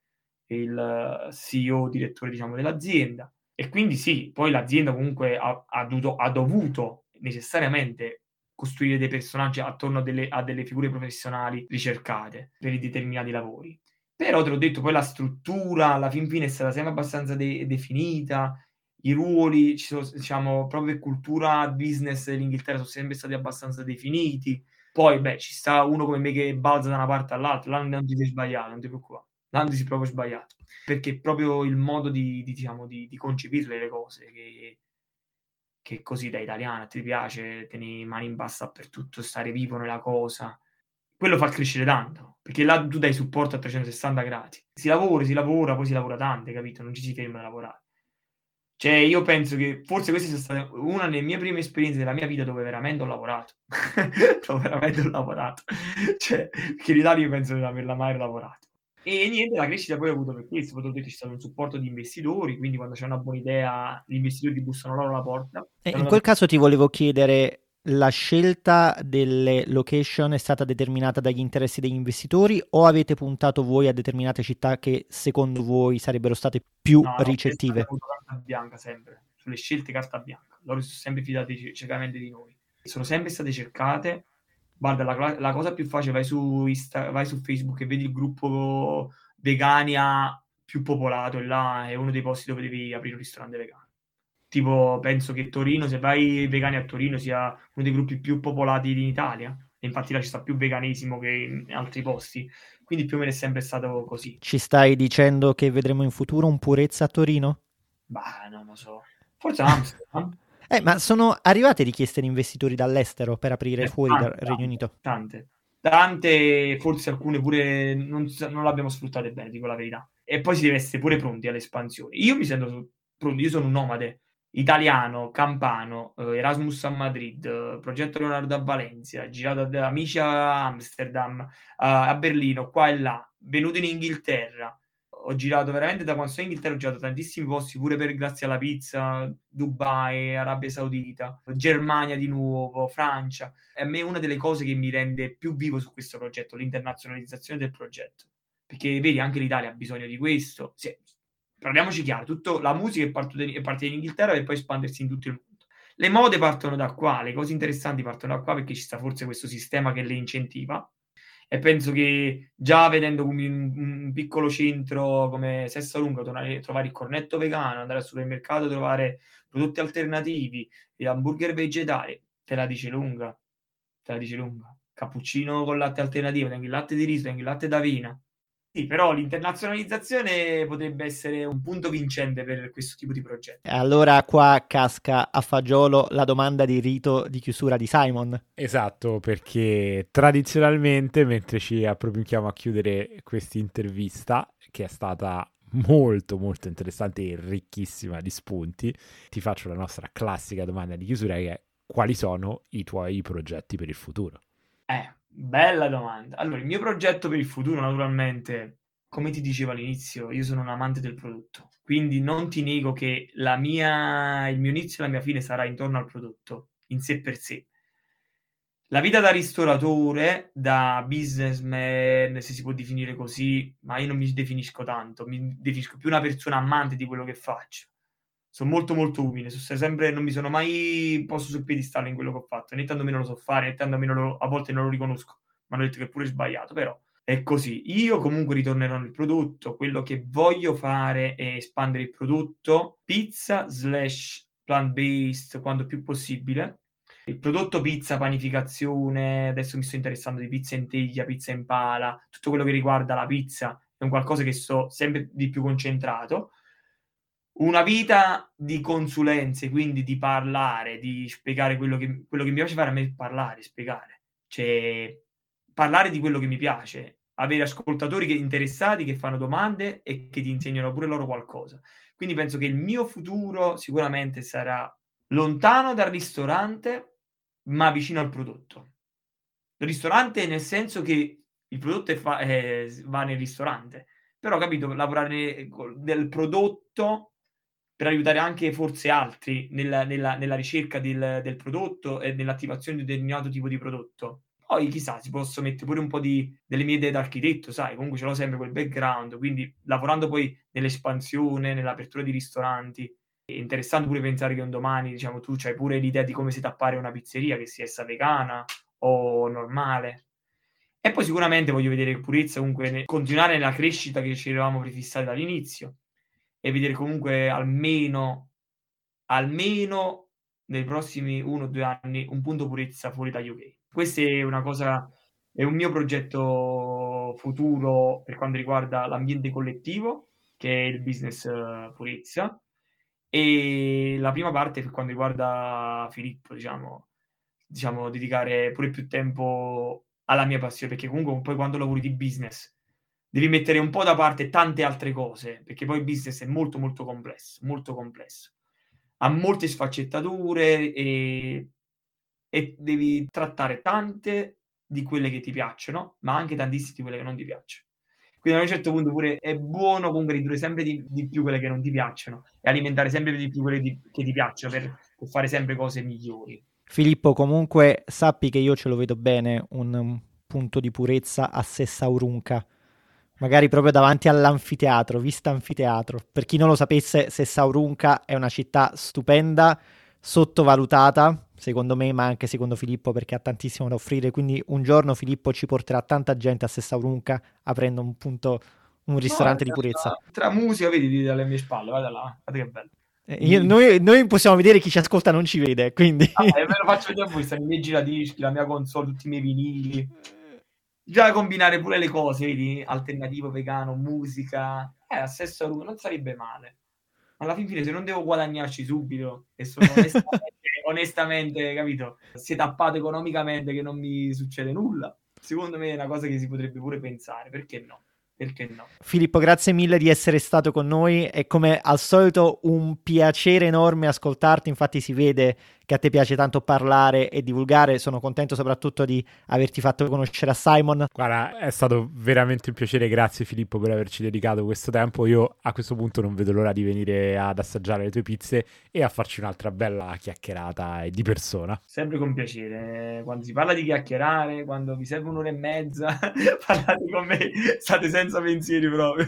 il C E O, direttore diciamo dell'azienda. E quindi sì, poi l'azienda comunque ha, ha, dovuto, ha dovuto necessariamente costruire dei personaggi attorno a delle, a delle figure professionali ricercate per i determinati lavori. Però te l'ho detto, poi la struttura alla fin fine è stata sempre abbastanza de- definita, i ruoli, ci sono, diciamo, proprio cultura business dell'Inghilterra sono sempre stati abbastanza definiti. Poi, beh, ci sta uno come me che balza da una parte all'altra, là non ti sei sbagliato, non ti preoccupare, là non ti sei proprio sbagliato, perché è proprio il modo di, di, diciamo, di, di concepirle le cose che che così da italiana ti piace tenere mani in bassa dappertutto, stare vivo nella cosa, quello fa crescere tanto, perché là tu dai supporto a trecentosessanta gradi. Si lavora, si lavora, poi si lavora tante, capito? Non ci si ferma a lavorare. Cioè, io penso che forse questa sia stata una delle mie prime esperienze della mia vita dove veramente ho lavorato. dove veramente ho lavorato. Cioè, perché in Italia io penso di non averla mai lavorato. E niente, la crescita poi ho avuto per questo, poi ho detto c'è stato un supporto di investitori, quindi quando c'è una buona idea gli investitori ti bussano loro alla porta. E in quel caso ti volevo chiedere la scelta delle location è stata determinata dagli interessi degli investitori o avete puntato voi a determinate città che secondo voi sarebbero state più No, no, ricettive? avuto carta bianca sempre, sulle scelte carta bianca. Loro si sono sempre fidati ciecamente di noi. Sono sempre state cercate. Guarda, la, la cosa più facile, vai su, Insta, vai su Facebook e vedi il gruppo Vegania più popolato, e là è uno dei posti dove devi aprire un ristorante vegano. Tipo, penso che Torino, se vai vegani a Torino, sia uno dei gruppi più popolati in Italia. E infatti là ci sta più veganesimo che in altri posti. Quindi più o meno è sempre stato così. Ci stai dicendo che vedremo in futuro un Purezza a Torino? Bah, non lo so. Forse Amsterdam. Eh, ma sono arrivate richieste di investitori dall'estero per aprire Eh, fuori tante, dal Regno tante, Unito? Tante. Tante, forse alcune pure non, non l'abbiamo sfruttate bene, dico la verità. E poi si deve essere pure pronti all'espansione. Io mi sento pronto, io sono un nomade italiano, campano, eh, Erasmus a Madrid, eh, progetto Leonardo a Valencia, girato da amici a Amsterdam, uh, a Berlino, qua e là, venuto in Inghilterra. Ho girato veramente da quando sono in Inghilterra, ho girato tantissimi posti, pure per grazie alla pizza, Dubai, Arabia Saudita, Germania di nuovo, Francia. E a me è una delle cose che mi rende più vivo su questo progetto, l'internazionalizzazione del progetto. Perché vedi, anche l'Italia ha bisogno di questo. Sì, parliamoci chiaro, tutto, la musica è partita in, parte in Inghilterra e poi espandersi in tutto il mondo. Le mode partono da qua, le cose interessanti partono da qua perché ci sta forse questo sistema che le incentiva. E penso che già vedendo un, un piccolo centro come Sessalunga, tornare, trovare il cornetto vegano, andare al supermercato, trovare prodotti alternativi, e hamburger vegetali, te la dice lunga, te la dice lunga. Cappuccino con latte alternativo, anche il latte di riso, anche il latte d'avena. Sì, però l'internazionalizzazione potrebbe essere un punto vincente per questo tipo di progetto. Allora qua casca a fagiolo la domanda di rito di chiusura di Simon. Esatto, perché tradizionalmente, mentre ci appropriamo a chiudere questa intervista, che è stata molto molto interessante e ricchissima di spunti, ti faccio la nostra classica domanda di chiusura, che è: quali sono i tuoi progetti per il futuro? Eh, bella domanda. Allora, il mio progetto per il futuro, naturalmente, come ti dicevo all'inizio, io sono un amante del prodotto, quindi non ti nego che la mia, il mio inizio e la mia fine sarà intorno al prodotto, in sé per sé. La vita da ristoratore, da businessman, se si può definire così, ma io non mi definisco tanto, mi definisco più una persona amante di quello che faccio. Sono molto molto umile, sono sempre, non mi sono mai posto sul piedistallo in quello che ho fatto, né tanto meno lo so fare, né tanto meno lo, a volte non lo riconosco, mi hanno detto che è pure sbagliato, però è così. Io comunque ritornerò nel prodotto, quello che voglio fare è espandere il prodotto pizza slash plant-based quanto più possibile. Il prodotto pizza, panificazione, adesso mi sto interessando di pizza in teglia, pizza in pala, tutto quello che riguarda la pizza è un qualcosa che sto sempre di più concentrato. Una vita di consulenze, quindi di parlare, di spiegare quello che, quello che mi piace fare a me è parlare, spiegare. Cioè, parlare di quello che mi piace, avere ascoltatori che, interessati che fanno domande e che ti insegnano pure loro qualcosa. Quindi penso che il mio futuro sicuramente sarà lontano dal ristorante, ma vicino al prodotto. Il ristorante nel senso che il prodotto è fa- eh, va nel ristorante, però capito, lavorare del prodotto per aiutare anche forse altri nella, nella, nella ricerca del, del prodotto e nell'attivazione di un determinato tipo di prodotto. Poi chissà, si posso mettere pure un po' di, delle mie idee d'architetto, sai, comunque ce l'ho sempre quel background, quindi lavorando poi nell'espansione, nell'apertura di ristoranti, è interessante pure pensare che un domani, diciamo, tu c'hai pure l'idea di come setappare una pizzeria, che sia essa vegana o normale. E poi sicuramente voglio vedere Purezza comunque ne- continuare nella crescita che ci eravamo prefissati dall'inizio e vedere comunque almeno, almeno nei prossimi uno o due anni un punto Purezza fuori da U K. Questa è una cosa, è un mio progetto futuro per quanto riguarda l'ambiente collettivo, che è il business uh, Purezza, e la prima parte per quanto riguarda Filippo, diciamo, diciamo dedicare pure più tempo alla mia passione, perché comunque poi quando lavori di business devi mettere un po' da parte tante altre cose, perché poi il business è molto molto complesso, molto complesso. Ha molte sfaccettature e, e devi trattare tante di quelle che ti piacciono, ma anche tantissime di quelle che non ti piacciono. Quindi a un certo punto pure è buono comunque ridurre sempre di, di più quelle che non ti piacciono e alimentare sempre di più quelle di, che ti piacciono per, per fare sempre cose migliori. Filippo, comunque sappi che io ce lo vedo bene un punto di purezza a Sessaurunca, magari proprio davanti all'anfiteatro, vista anfiteatro. Per chi non lo sapesse, Sessaurunca è una città stupenda, sottovalutata, secondo me, ma anche secondo Filippo, perché ha tantissimo da offrire. Quindi un giorno Filippo ci porterà tanta gente a Sessaurunca aprendo un punto, un ristorante no, di purezza. Tra, tra musica, vedi dalle mie spalle, guarda là, guarda che bello. Eh, io, noi, noi possiamo vedere, chi ci ascolta non ci vede, quindi... Ah, e ve lo faccio vedere a voi, stanno i miei giradischi, la mia console, tutti i miei vinili. Già combinare pure le cose, vedi? Alternativo, vegano, musica. Eh, a Sessaurunca non sarebbe male. Alla fin fine, se non devo guadagnarci subito e sono onestamente, onestamente, capito, si è tappato economicamente che non mi succede nulla, secondo me è una cosa che si potrebbe pure pensare, perché no? Perché no? Filippo, grazie mille di essere stato con noi, è come al solito un piacere enorme ascoltarti, infatti si vede che a te piace tanto parlare e divulgare. Sono contento soprattutto di averti fatto conoscere a Simon. Guarda, è stato veramente un piacere, grazie Filippo per averci dedicato questo tempo. Io a questo punto non vedo l'ora di venire ad assaggiare le tue pizze e a farci un'altra bella chiacchierata di persona. Sempre con piacere, quando si parla di chiacchierare, quando vi serve un'ora e mezza, parlate con me, state senza pensieri proprio.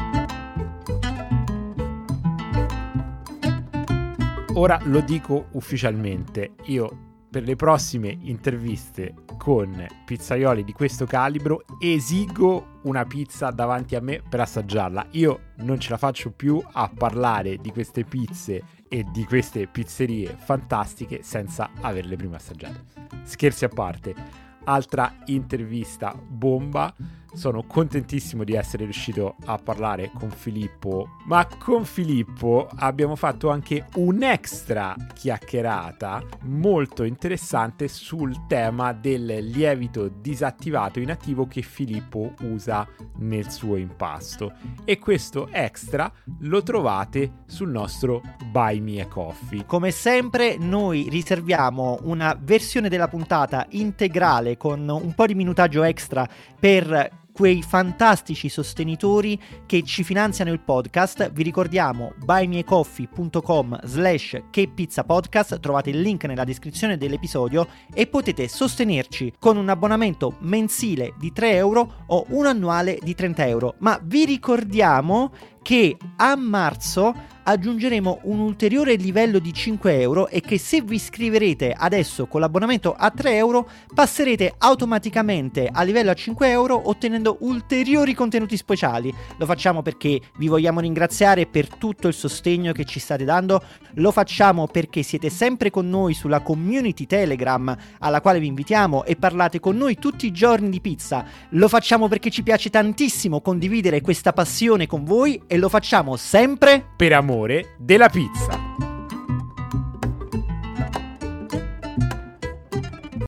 Ora lo dico ufficialmente, io per le prossime interviste con pizzaioli di questo calibro esigo una pizza davanti a me per assaggiarla. Io non ce la faccio più a parlare di queste pizze e di queste pizzerie fantastiche senza averle prima assaggiate. Scherzi a parte, altra intervista bomba. Sono contentissimo di essere riuscito a parlare con Filippo, ma con Filippo abbiamo fatto anche un'extra chiacchierata molto interessante sul tema del lievito disattivato inattivo che Filippo usa nel suo impasto, e questo extra lo trovate sul nostro Buy Me a Coffee. Come sempre noi riserviamo una versione della puntata integrale con un po' di minutaggio extra per quei fantastici sostenitori che ci finanziano il podcast. Vi ricordiamo buymeacoffee.com slash che pizza podcast, trovate il link nella descrizione dell'episodio e potete sostenerci con un abbonamento mensile di tre euro o un annuale di trenta euro. Ma vi ricordiamo che a marzo aggiungeremo un ulteriore livello di cinque euro e che se vi iscriverete adesso con l'abbonamento a tre euro passerete automaticamente a livello a cinque euro ottenendo ulteriori contenuti speciali. Lo facciamo perché vi vogliamo ringraziare per tutto il sostegno che ci state dando, lo facciamo perché siete sempre con noi sulla community Telegram alla quale vi invitiamo e parlate con noi tutti i giorni di pizza, lo facciamo perché ci piace tantissimo condividere questa passione con voi e lo facciamo sempre per amore della pizza.